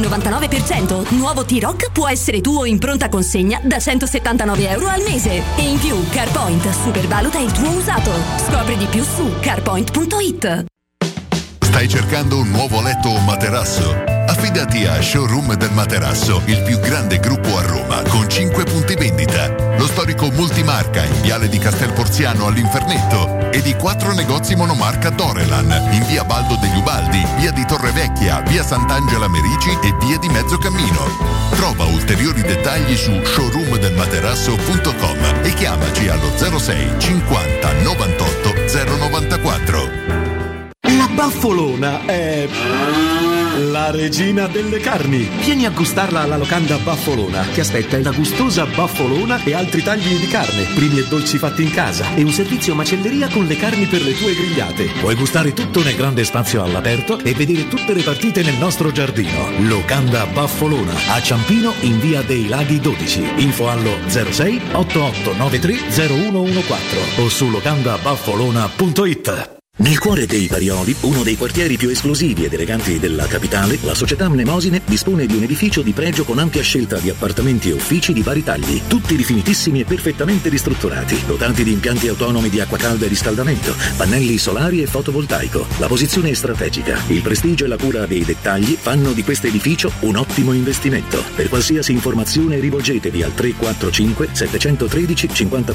5,99%, nuovo T-Roc può essere tuo in pronta consegna da €179 al mese. E in più CarPoint supervaluta il tuo usato. Scopri di più su carpoint.it. Stai cercando un nuovo letto o materasso? Affidati a Showroom del Materasso, il più grande gruppo a Roma, con 5 punti vendita. Lo storico multimarca in Viale di Castel Porziano all'Infernetto e di 4 negozi monomarca Dorelan in Via Baldo degli Ubaldi, Via di Torrevecchia, Via Sant'Angela Merici e Via di Mezzocammino. Trova ulteriori dettagli su showroomdelmaterasso.com e chiamaci allo 06 50 98 094. La Baffolona è la regina delle carni. Vieni a gustarla alla locanda Baffolona. Ti aspetta una gustosa baffolona e altri tagli di carne, primi e dolci fatti in casa e un servizio macelleria con le carni per le tue grigliate. Puoi gustare tutto nel grande spazio all'aperto e vedere tutte le partite nel nostro giardino. Locanda Baffolona a Ciampino in via dei Laghi 12. Info allo 06 8893 0114 o su locandabaffolona.it. Nel cuore dei Parioli, uno dei quartieri più esclusivi ed eleganti della capitale, la società Mnemosine dispone di un edificio di pregio con ampia scelta di appartamenti e uffici di vari tagli, tutti rifinitissimi e perfettamente ristrutturati, dotati di impianti autonomi di acqua calda e riscaldamento, pannelli solari e fotovoltaico. La posizione è strategica, il prestigio e la cura dei dettagli fanno di questo edificio un ottimo investimento. Per qualsiasi informazione rivolgetevi al 345 713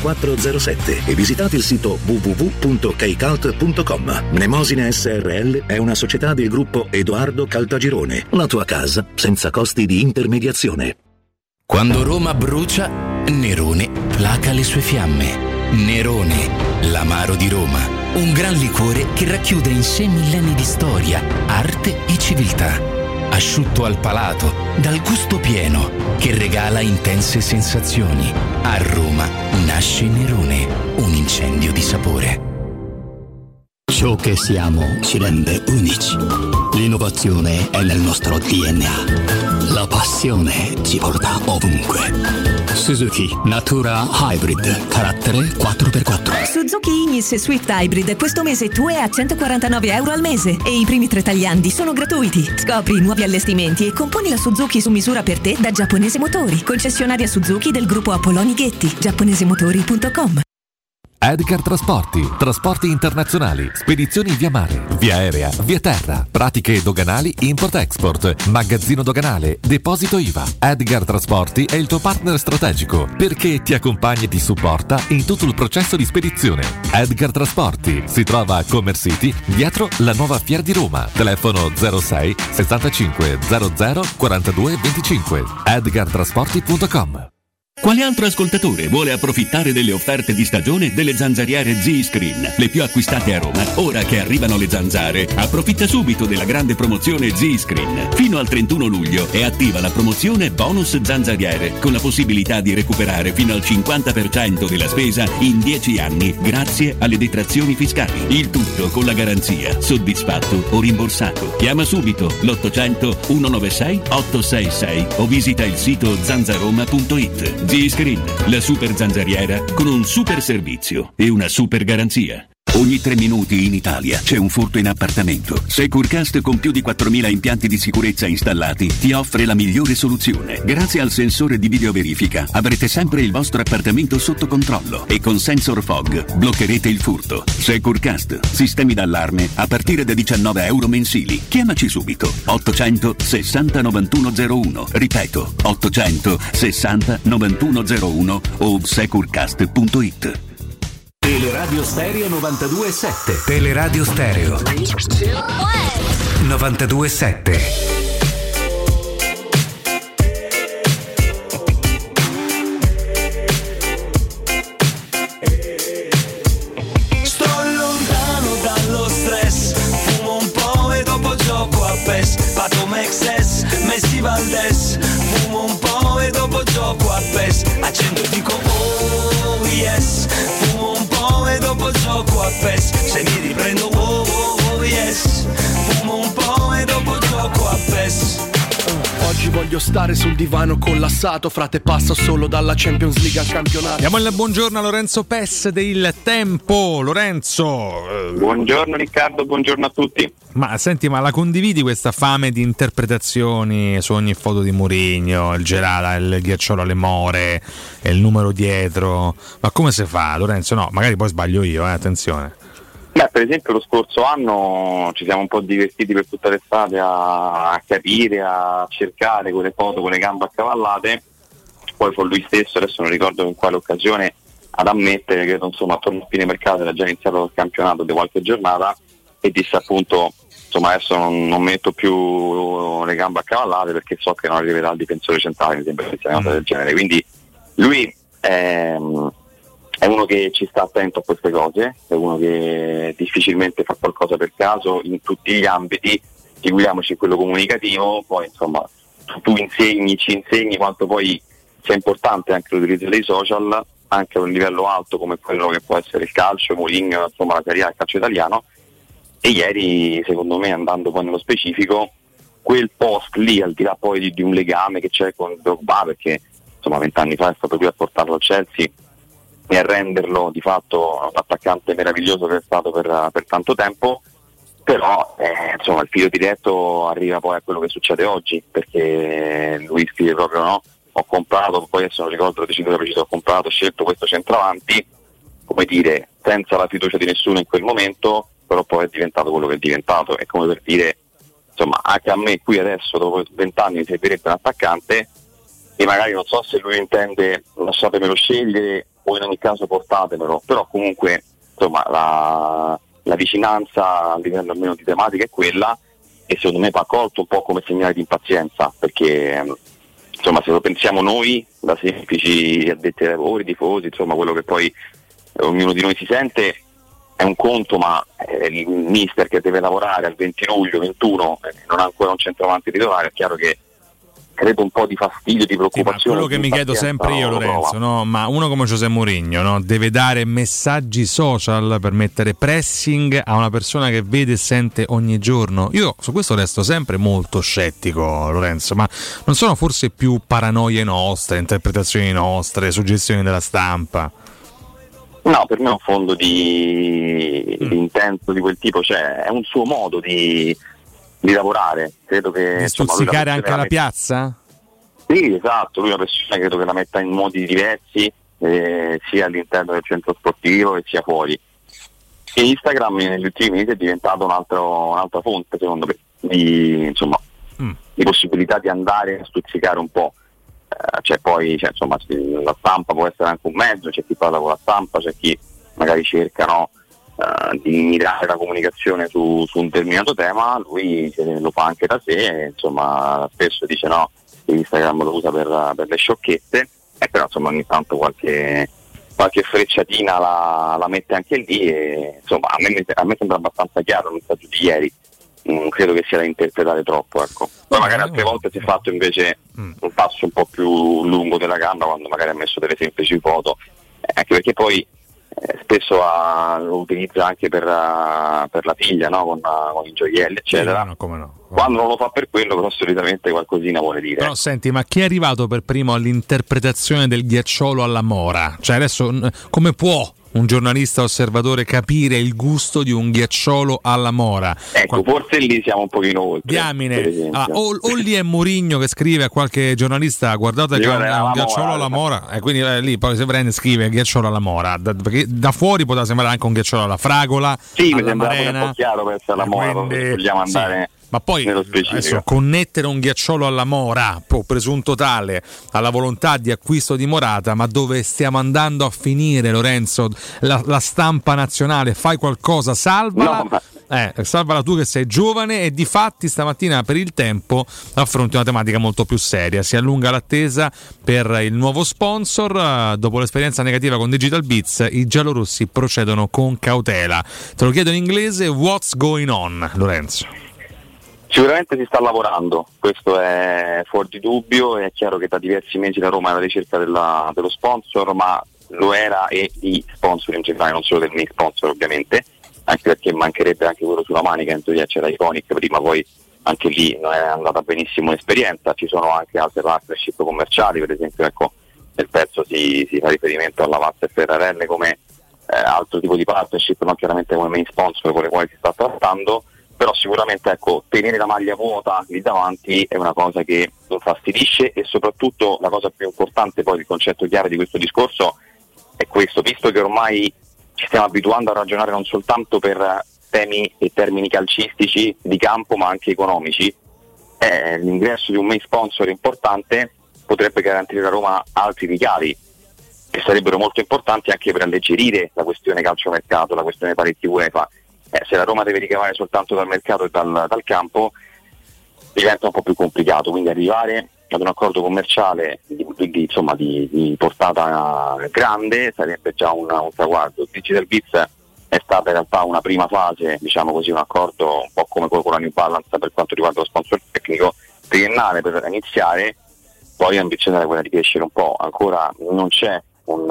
5407 e visitate il sito www.kcalt.com. Mnemosine SRL è una società del gruppo Edoardo Caltagirone. La tua casa senza costi di intermediazione. Quando Roma brucia, Nerone placa le sue fiamme. Nerone, l'amaro di Roma. Un gran liquore che racchiude in sé millenni di storia, arte e civiltà. Asciutto al palato, dal gusto pieno, che regala intense sensazioni. A Roma nasce Nerone, un incendio di sapore. Ciò che siamo ci rende unici. L'innovazione è nel nostro DNA. La passione ci porta ovunque. Suzuki Natura Hybrid, carattere 4x4. Suzuki Ignis Swift Hybrid questo mese tu è a €149 al mese e i primi 3 tagliandi sono gratuiti. Scopri nuovi allestimenti e componi la Suzuki su misura per te da Giapponese Motori, concessionaria Suzuki del gruppo Apolloni Ghetti, giapponesemotori.com. Edgar Trasporti, trasporti internazionali, spedizioni via mare, via aerea, via terra, pratiche doganali import-export, magazzino doganale, deposito IVA. Edgar Trasporti è il tuo partner strategico perché ti accompagna e ti supporta in tutto il processo di spedizione. Edgar Trasporti si trova a Commerce City, dietro la nuova Fiera di Roma. Telefono 06 65 00 42 25. edgartrasporti.com. Quale altro ascoltatore vuole approfittare delle offerte di stagione delle zanzariere Z-Screen, le più acquistate a Roma? Ora che arrivano le zanzare, approfitta subito della grande promozione Z-Screen. Fino al 31 luglio è attiva la promozione bonus zanzariere, con la possibilità di recuperare fino al 50% della spesa in 10 anni grazie alle detrazioni fiscali. Il tutto con la garanzia soddisfatto o rimborsato. Chiama subito l'800 196 866 o visita il sito zanzaroma.it. Z-Screen, la super zanzariera con un super servizio e una super garanzia. Ogni 3 minuti in Italia c'è un furto in appartamento. Securcast, con più di 4.000 impianti di sicurezza installati, ti offre la migliore soluzione. Grazie al sensore di videoverifica avrete sempre il vostro appartamento sotto controllo e con Sensor Fog bloccherete il furto. Securcast, sistemi d'allarme a partire da €19 mensili. Chiamaci subito 860 9101. Ripeto, 860 9101 o securcast.it. Teleradio Stereo 92.7. Teleradio Stereo 92.7. Sto lontano dallo stress, fumo un po' e dopo gioco a PES. Pato Mexes, Messi Valdes, fumo un po' e dopo gioco a PES. Accendo e dico oh yes, fumo un po' e dopo gioco a PES. Se mi riprendo oh yes, fumo un po' e dopo gioco a PES. Oggi voglio stare sul divano collassato, frate, passo solo dalla Champions League al campionato. Diamo il buongiorno a Lorenzo Pes del Tempo. Lorenzo. Buongiorno Riccardo, buongiorno a tutti. Ma senti, ma la condividi questa fame di interpretazioni su ogni foto di Mourinho, il gelata, il ghiacciolo alle more, e il numero dietro? Ma come si fa, Lorenzo? No, magari poi sbaglio io, attenzione. Beh, per esempio lo scorso anno ci siamo un po' divertiti per tutta l'estate a capire, a cercare quelle foto con le gambe accavallate. Poi fu lui stesso, adesso non ricordo in quale occasione, ad ammettere che insomma attorno a fine mercato era già iniziato il campionato di qualche giornata e disse appunto insomma adesso non metto più le gambe accavallate perché so che non arriverà il difensore centrale, mi sembra che sia una cosa del genere. Quindi lui è uno che ci sta attento a queste cose, è uno che difficilmente fa qualcosa per caso in tutti gli ambiti, figuriamoci quello comunicativo. Poi insomma tu ci insegni quanto poi sia importante anche l'utilizzo dei social, anche a un livello alto come quello che può essere il calcio, Mourinho, insomma la Serie A, il calcio italiano. E ieri, secondo me, andando poi nello specifico, quel post lì, al di là poi di un legame che c'è con Drogba, perché insomma 20 anni fa è stato qui a portarlo al Chelsea e a renderlo di fatto un attaccante meraviglioso che è stato per tanto tempo, però insomma il filo diretto arriva poi a quello che succede oggi, perché lui scrive proprio no? Ho comprato, poi adesso non ricordo la decisione precisa, ho scelto questo centravanti, come dire, senza la fiducia di nessuno in quel momento, però poi è diventato quello che è diventato. È come per dire, insomma, anche a me qui adesso dopo 20 anni mi servirebbe un attaccante, e magari non so se lui intende lasciatemelo scegliere o in ogni caso portatemelo, però comunque insomma la vicinanza a livello almeno di tematica è quella, e secondo me va colto un po' come segnale di impazienza, perché insomma se lo pensiamo noi da semplici addetti ai lavori, tifosi, insomma quello che poi ognuno di noi si sente, è un conto, ma il mister che deve lavorare al 20 luglio, 21, non ha ancora un centravanti titolare, è chiaro che credo un po' di fastidio, di preoccupazione. Sì, quello che mi chiedo sempre io, Lorenzo, no? Ma uno come José Mourinho, no? Deve dare messaggi social per mettere pressing a una persona che vede e sente ogni giorno? Io su questo resto sempre molto scettico, Lorenzo, ma non sono forse più paranoie nostre, interpretazioni nostre, suggestioni della stampa? No, per me è un fondo di intento di quel tipo, cioè è un suo modo di lavorare, credo che di stuzzicare anche la piazza? Sì, esatto, lui è una persona che credo che la metta in modi diversi, sia all'interno del centro sportivo che sia fuori. E Instagram negli ultimi mesi è diventato un'altra fonte, secondo me, di possibilità di andare a stuzzicare un po'. La stampa può essere anche un mezzo, c'è chi parla con la stampa, c'è chi magari cerca, no, di mirare la comunicazione su un determinato tema, lui lo fa anche da sé, insomma spesso dice no, Instagram lo usa per le sciocchezze, e però insomma ogni tanto qualche frecciatina la mette anche lì, e insomma a me sembra abbastanza chiaro il messaggio di ieri, non credo che sia da interpretare troppo, ecco. Poi magari altre volte si è fatto invece un passo un po' più lungo della gamba, quando magari ha messo delle semplici foto, anche perché poi spesso lo utilizza anche per la figlia, no? con i gioielli eccetera. Come no. Quando non lo fa per quello, però solitamente qualcosina vuole dire. Però senti, ma chi è arrivato per primo all'interpretazione del ghiacciolo alla mora? Cioè adesso come può un giornalista osservatore capire il gusto di un ghiacciolo alla mora? Ecco, forse lì siamo un pochino oltre. Diamine, o lì è Mourinho che scrive a qualche giornalista: guardate che è un ghiacciolo alla mora, e quindi lì poi se prende scrive ghiacciolo alla mora, perché da fuori poteva sembrare anche un ghiacciolo alla fragola. Sì, mi sembra un po' chiaro per essere la mora, dove vogliamo andare. Ma poi adesso connettere un ghiacciolo alla mora, presunto tale, alla volontà di acquisto di Morata, ma dove stiamo andando a finire, Lorenzo? La stampa nazionale, fai qualcosa, salvala. No, salvala tu che sei giovane, e difatti stamattina per Il Tempo affronti una tematica molto più seria. Si allunga l'attesa per il nuovo sponsor. Dopo l'esperienza negativa con Digital Beats, i giallorossi procedono con cautela. Te lo chiedo in inglese: what's going on, Lorenzo? Sicuramente si sta lavorando, questo è fuori di dubbio, è chiaro che da diversi mesi la Roma è alla ricerca dello sponsor, ma lo era, e di sponsor in generale, non solo del main sponsor ovviamente, anche perché mancherebbe anche quello sulla manica, in teoria c'era Iconic prima, poi anche lì non è andata benissimo l'esperienza. Ci sono anche altre partnership commerciali, per esempio ecco, nel pezzo si fa riferimento alla Lavazza e Ferrarelle come altro tipo di partnership, non chiaramente come main sponsor con le quali si sta trattando. Però sicuramente ecco, tenere la maglia vuota lì davanti è una cosa che infastidisce, e soprattutto la cosa più importante, poi il concetto chiaro di questo discorso è questo: visto che ormai ci stiamo abituando a ragionare non soltanto per temi e termini calcistici di campo ma anche economici, l'ingresso di un main sponsor importante potrebbe garantire a Roma altri ricavi che sarebbero molto importanti anche per alleggerire la questione calciomercato, la questione paletti UEFA. Se la Roma deve ricavare soltanto dal mercato e dal campo, diventa un po' più complicato, quindi arrivare ad un accordo commerciale di portata grande sarebbe già un traguardo. Digital Beats è stata in realtà una prima fase, diciamo così, un accordo un po' come quello con la New Balance per quanto riguarda lo sponsor tecnico, triennale per iniziare, poi ambizionare quella di crescere un po'. Ancora non c'è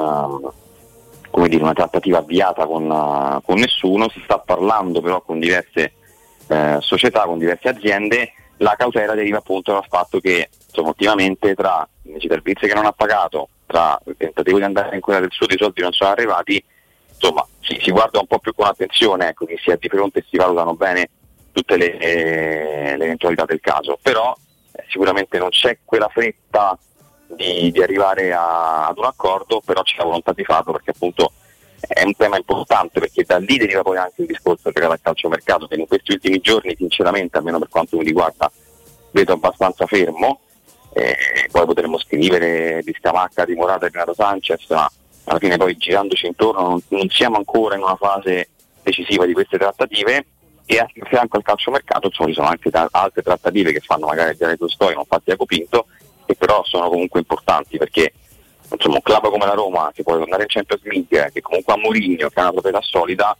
una trattativa avviata con nessuno, si sta parlando però con diverse società, con diverse aziende. La cautela deriva appunto dal fatto che ultimamente tra Digital Beats che non ha pagato, tra il tentativo di andare in quella del Sud, i soldi non sono arrivati, si guarda un po' più con attenzione, ecco, che si è di fronte e si valutano bene tutte le eventualità del caso, però sicuramente non c'è quella fretta di arrivare ad un accordo, però c'è la volontà di farlo, perché appunto è un tema importante, perché da lì deriva poi anche il discorso legato al calciomercato, che in questi ultimi giorni sinceramente, almeno per quanto mi riguarda, vedo abbastanza fermo. Poi potremmo scrivere di Scamacca, di Morata e di Renato Sanchez, ma alla fine poi girandoci intorno non siamo ancora in una fase decisiva di queste trattative, e a fianco al calciomercato ci sono anche altre trattative che fanno magari il dialetto storico, non fatti a Copinto, che però sono comunque importanti, perché un club come la Roma, che può andare in Champions League, che comunque ha Mourinho, che ha una proprietà solida,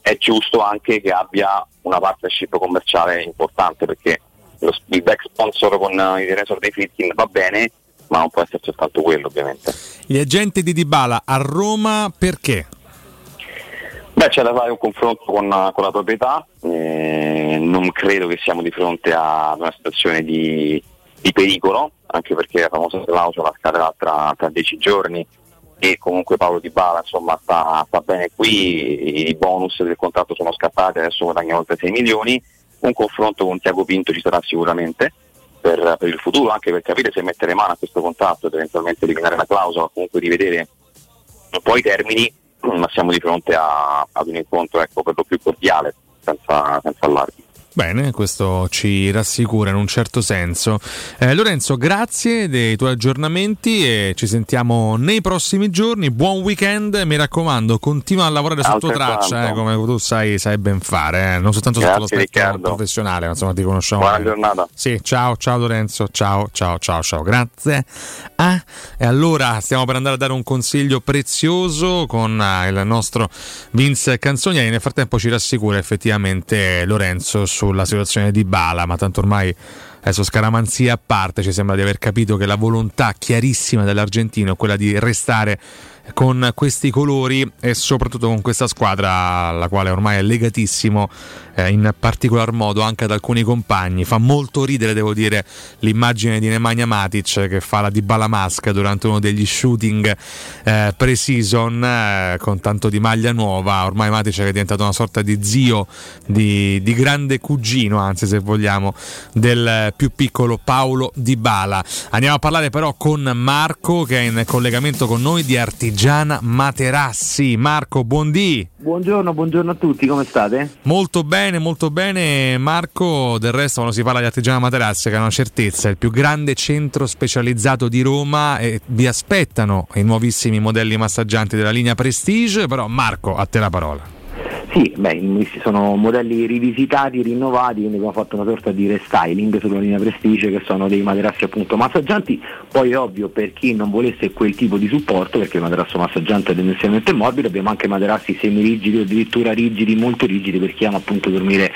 è giusto anche che abbia una partnership commerciale importante, perché il back sponsor con i resort dei Friedkin va bene, ma non può essere soltanto quello, ovviamente. Gli agenti di Dybala a Roma perché? Beh, c'è da fare un confronto con la proprietà, non credo che siamo di fronte a una situazione di pericolo, anche perché la famosa clausola scadrà tra 10 giorni e comunque Paolo Dybala insomma sta bene qui, i bonus del contratto sono scattati, adesso guadagna oltre 6 milioni, un confronto con Tiago Pinto ci sarà sicuramente per il futuro, anche per capire se mettere mano a questo contratto ed eventualmente eliminare la clausola, comunque rivedere un po' i termini, ma siamo di fronte ad un incontro per lo più cordiale, senza allarmi. Bene, questo ci rassicura in un certo senso. Lorenzo, grazie dei tuoi aggiornamenti e ci sentiamo nei prossimi giorni. Buon weekend, mi raccomando, continua a lavorare sotto traccia, come tu sai ben fare, non soltanto sotto l'aspetto professionale, insomma ti conosciamo. Buona giornata. Sì, ciao Lorenzo, ciao, grazie. E allora stiamo per andare a dare un consiglio prezioso con il nostro Vince Canzonieri. Nel frattempo ci rassicura effettivamente Lorenzo sulla situazione di Dybala, ma tanto ormai adesso scaramanzia a parte, ci sembra di aver capito che la volontà chiarissima dell'argentino è quella di restare con questi colori e soprattutto con questa squadra alla quale ormai è legatissimo, in particolar modo anche ad alcuni compagni. Fa molto ridere, devo dire, l'immagine di Nemanja Matic che fa la Dybala mask durante uno degli shooting pre-season, con tanto di maglia nuova. Ormai Matic è diventato una sorta di zio, di grande cugino, anzi se vogliamo, del più piccolo Paolo Dybala. Andiamo a parlare però con Marco, che è in collegamento con noi, di Artigiana Materassi. Marco, buondì. Buongiorno a tutti, come state? Molto bene Marco. Del resto, quando si parla di Artigiana Materassi, che è una certezza, è il più grande centro specializzato di Roma e vi aspettano i nuovissimi modelli massaggianti della linea Prestige. Però Marco, a te la parola. Sì, sono modelli rivisitati, rinnovati, quindi abbiamo fatto una sorta di restyling sulla linea Prestige, che sono dei materassi appunto massaggianti. Poi è ovvio, per chi non volesse quel tipo di supporto, perché il materasso massaggiante è tendenzialmente morbido, abbiamo anche materassi semirigidi o addirittura rigidi, molto rigidi, per chi ama appunto dormire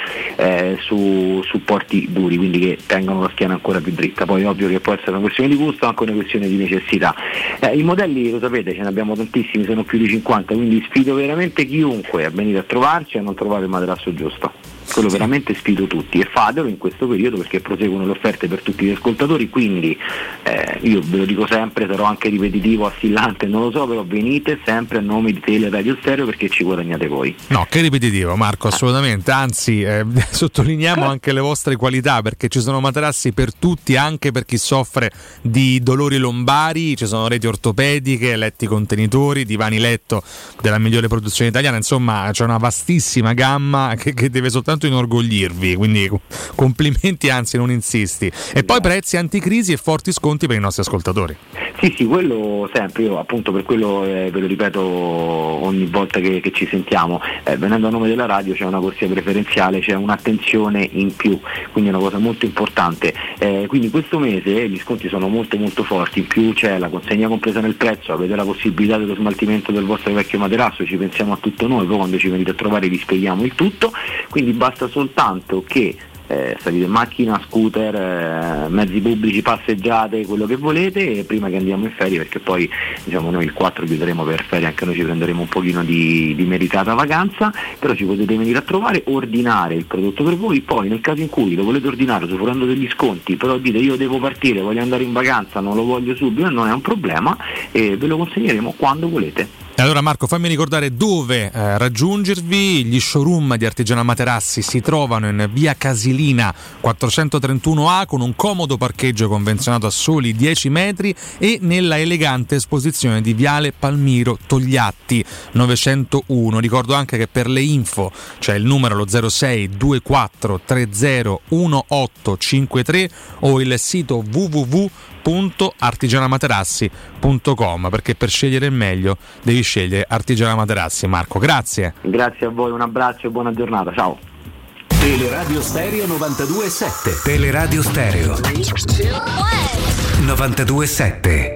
su supporti duri, quindi che tengono la schiena ancora più dritta. Poi è ovvio che può essere una questione di gusto, anche una questione di necessità. I modelli, lo sapete, ce ne abbiamo tantissimi, sono più di 50, quindi sfido veramente chiunque a venire a trovarci e a non trovare il materasso giusto. Quello veramente sfido tutti, e fatelo in questo periodo, perché proseguono le offerte per tutti gli ascoltatori, quindi io ve lo dico sempre, sarò anche ripetitivo, assillante, non lo so, però venite sempre a nome di Tele Radio Stereo, perché ci guadagnate voi. No, che ripetitivo Marco, assolutamente, anzi sottolineiamo anche le vostre qualità, perché ci sono materassi per tutti, anche per chi soffre di dolori lombari, ci sono reti ortopediche, letti contenitori, divani letto della migliore produzione italiana, insomma c'è una vastissima gamma che deve soltanto inorgoglirvi, quindi complimenti, anzi non insisti. E poi prezzi anticrisi e forti sconti per i nostri ascoltatori. Sì, quello sempre, io appunto per quello ve lo ripeto ogni volta che ci sentiamo, venendo a nome della radio c'è una corsia preferenziale, c'è un'attenzione in più, quindi è una cosa molto importante. Quindi questo mese gli sconti sono molto molto forti, in più c'è la consegna compresa nel prezzo, avete la possibilità dello smaltimento del vostro vecchio materasso, ci pensiamo a tutto noi, poi quando ci venite a trovare vi spieghiamo il tutto, quindi basta soltanto che salite in macchina, scooter, mezzi pubblici, passeggiate, quello che volete, prima che andiamo in ferie, perché poi diciamo noi il 4 chiuderemo per ferie, anche noi ci prenderemo un pochino di meritata vacanza, però ci potete venire a trovare, ordinare il prodotto per voi, poi nel caso in cui lo volete ordinare soffrendo degli sconti, però dite io devo partire, voglio andare in vacanza, non lo voglio subito, non è un problema, e ve lo consegneremo quando volete. E allora Marco, fammi ricordare dove raggiungervi. Gli showroom di Artigiana Materassi si trovano in via Casilina 431A, con un comodo parcheggio convenzionato a soli 10 metri e nella elegante esposizione di viale Palmiro Togliatti 901. Ricordo anche che per le info c'è il numero, lo 06 24 30 1853, o il sito www.artigianamaterassi.com, perché per scegliere il meglio devi scegliere Artigiana Materassi. Marco, grazie. Grazie a voi, un abbraccio e buona giornata, ciao. Teleradio Stereo 92.7. Teleradio Stereo 92.7.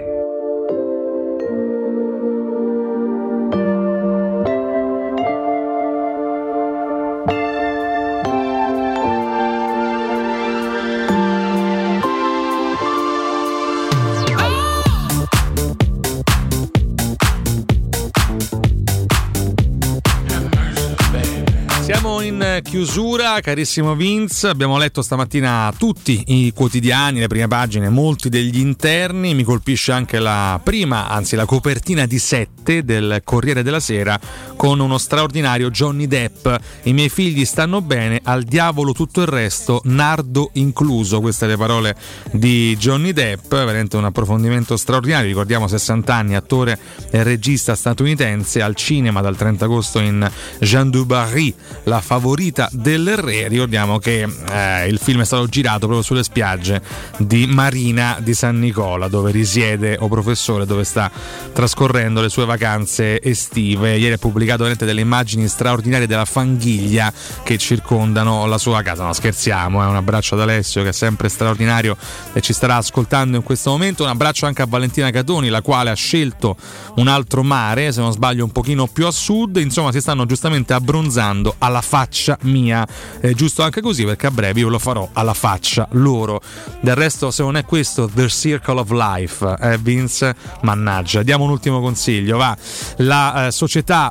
Siamo in chiusura, carissimo Vince. Abbiamo letto stamattina tutti i quotidiani, le prime pagine, molti degli interni. Mi colpisce anche la prima, anzi la copertina di 7 del Corriere della Sera con uno straordinario Johnny Depp. I miei figli stanno bene, al diavolo tutto il resto, Nardo incluso. Queste le parole di Johnny Depp, veramente un approfondimento straordinario. Ricordiamo 60 anni, attore e regista statunitense, al cinema dal 30 agosto in Jean du Barry, la favorita del re. Ricordiamo che il film è stato girato proprio sulle spiagge di Marina di San Nicola, dove risiede o professore, dove sta trascorrendo le sue vacanze estive. Ieri ha pubblicato veramente delle immagini straordinarie della fanghiglia che circondano la sua casa. No, scherziamo, un abbraccio ad Alessio, che è sempre straordinario e ci starà ascoltando in questo momento. Un abbraccio anche a Valentina Catoni, la quale ha scelto un altro mare, se non sbaglio un pochino più a sud. Insomma, si stanno giustamente abbronzando alla faccia mia, giusto anche così, perché a breve io lo farò alla faccia loro. Del resto, se non è questo The Circle of Life, Vince, mannaggia. Diamo un ultimo consiglio, va. La società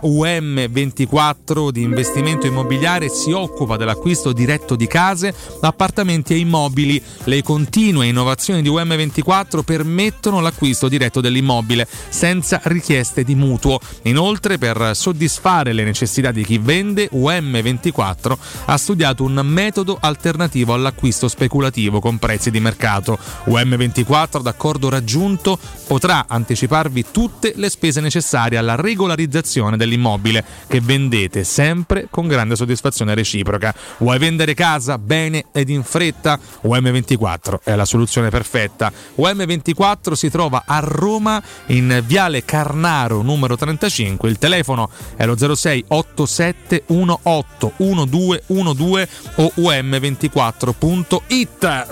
UM24 di investimento immobiliare si occupa dell'acquisto diretto di case, appartamenti e immobili. Le continue innovazioni di UM24 permettono l'acquisto diretto dell'immobile senza richieste di mutuo. Inoltre, per soddisfare le necessità di chi vende, UM24 ha studiato un metodo alternativo all'acquisto speculativo con prezzi di mercato. UM24, d'accordo raggiunto, potrà anticiparvi tutte le spese necessarie alla regolarizzazione dell'immobile che vendete, sempre con grande soddisfazione reciproca. Vuoi vendere casa bene ed in fretta? UM24 è la soluzione perfetta. UM24 si trova a Roma in Viale Carnaro numero 35. Il telefono è lo 06 87 18 1212 o um24.it.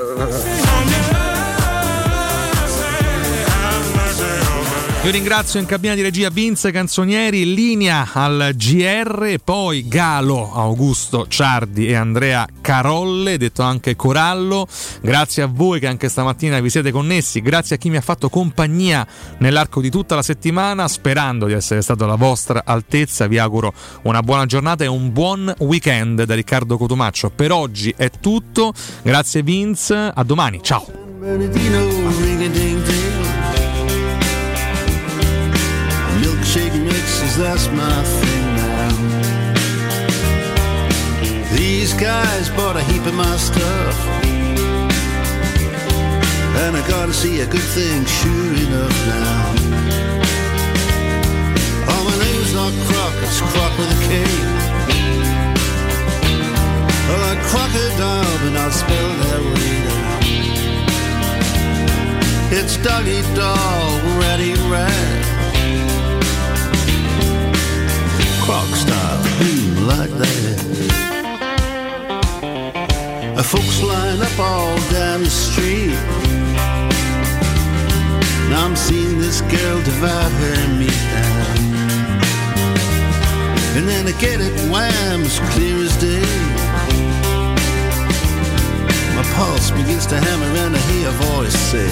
Io ringrazio in cabina di regia Vince Canzonieri, linea al GR, poi Galo, Augusto Ciardi e Andrea Carolle, detto anche Corallo. Grazie a voi che anche stamattina vi siete connessi, grazie a chi mi ha fatto compagnia nell'arco di tutta la settimana. Sperando di essere stato alla vostra altezza, vi auguro una buona giornata e un buon weekend da Riccardo Cotumaccio. Per oggi è tutto, grazie Vince, a domani, ciao. Milkshake mixes, that's my thing now. These guys bought a heap of my stuff, and I gotta see a good thing sure enough now. Oh, my name's not Croc, it's Croc with a K. Oh, like crocodile, but not spelled that way now. It's Doggy Dog, Ratty Rat, Croc style, like that. Folks line up all down the street, and I'm seeing this girl divide her and me down. And then I get it wham, as clear as day. My pulse begins to hammer and I hear a voice say,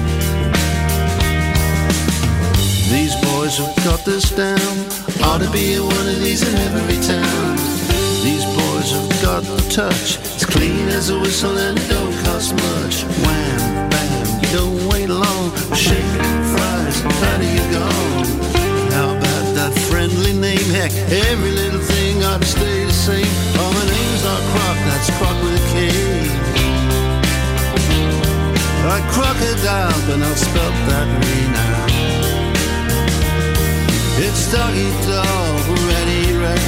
these boys have got this down, ought to be one of these in every town. These boys have got the touch, it's clean as a whistle and it don't cost much. Wham, bam, you don't wait long, shake fries, how do you go? How about that friendly name? Heck, every little thing ought to stay the same. Oh, my name's not Croc, that's Croc with a K. Like crocodile, but not spelt that way now. It's Doggy Dog, Ready Rat.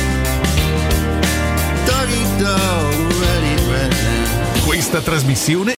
Doggy Dog, Ready Rat. Questa trasmissione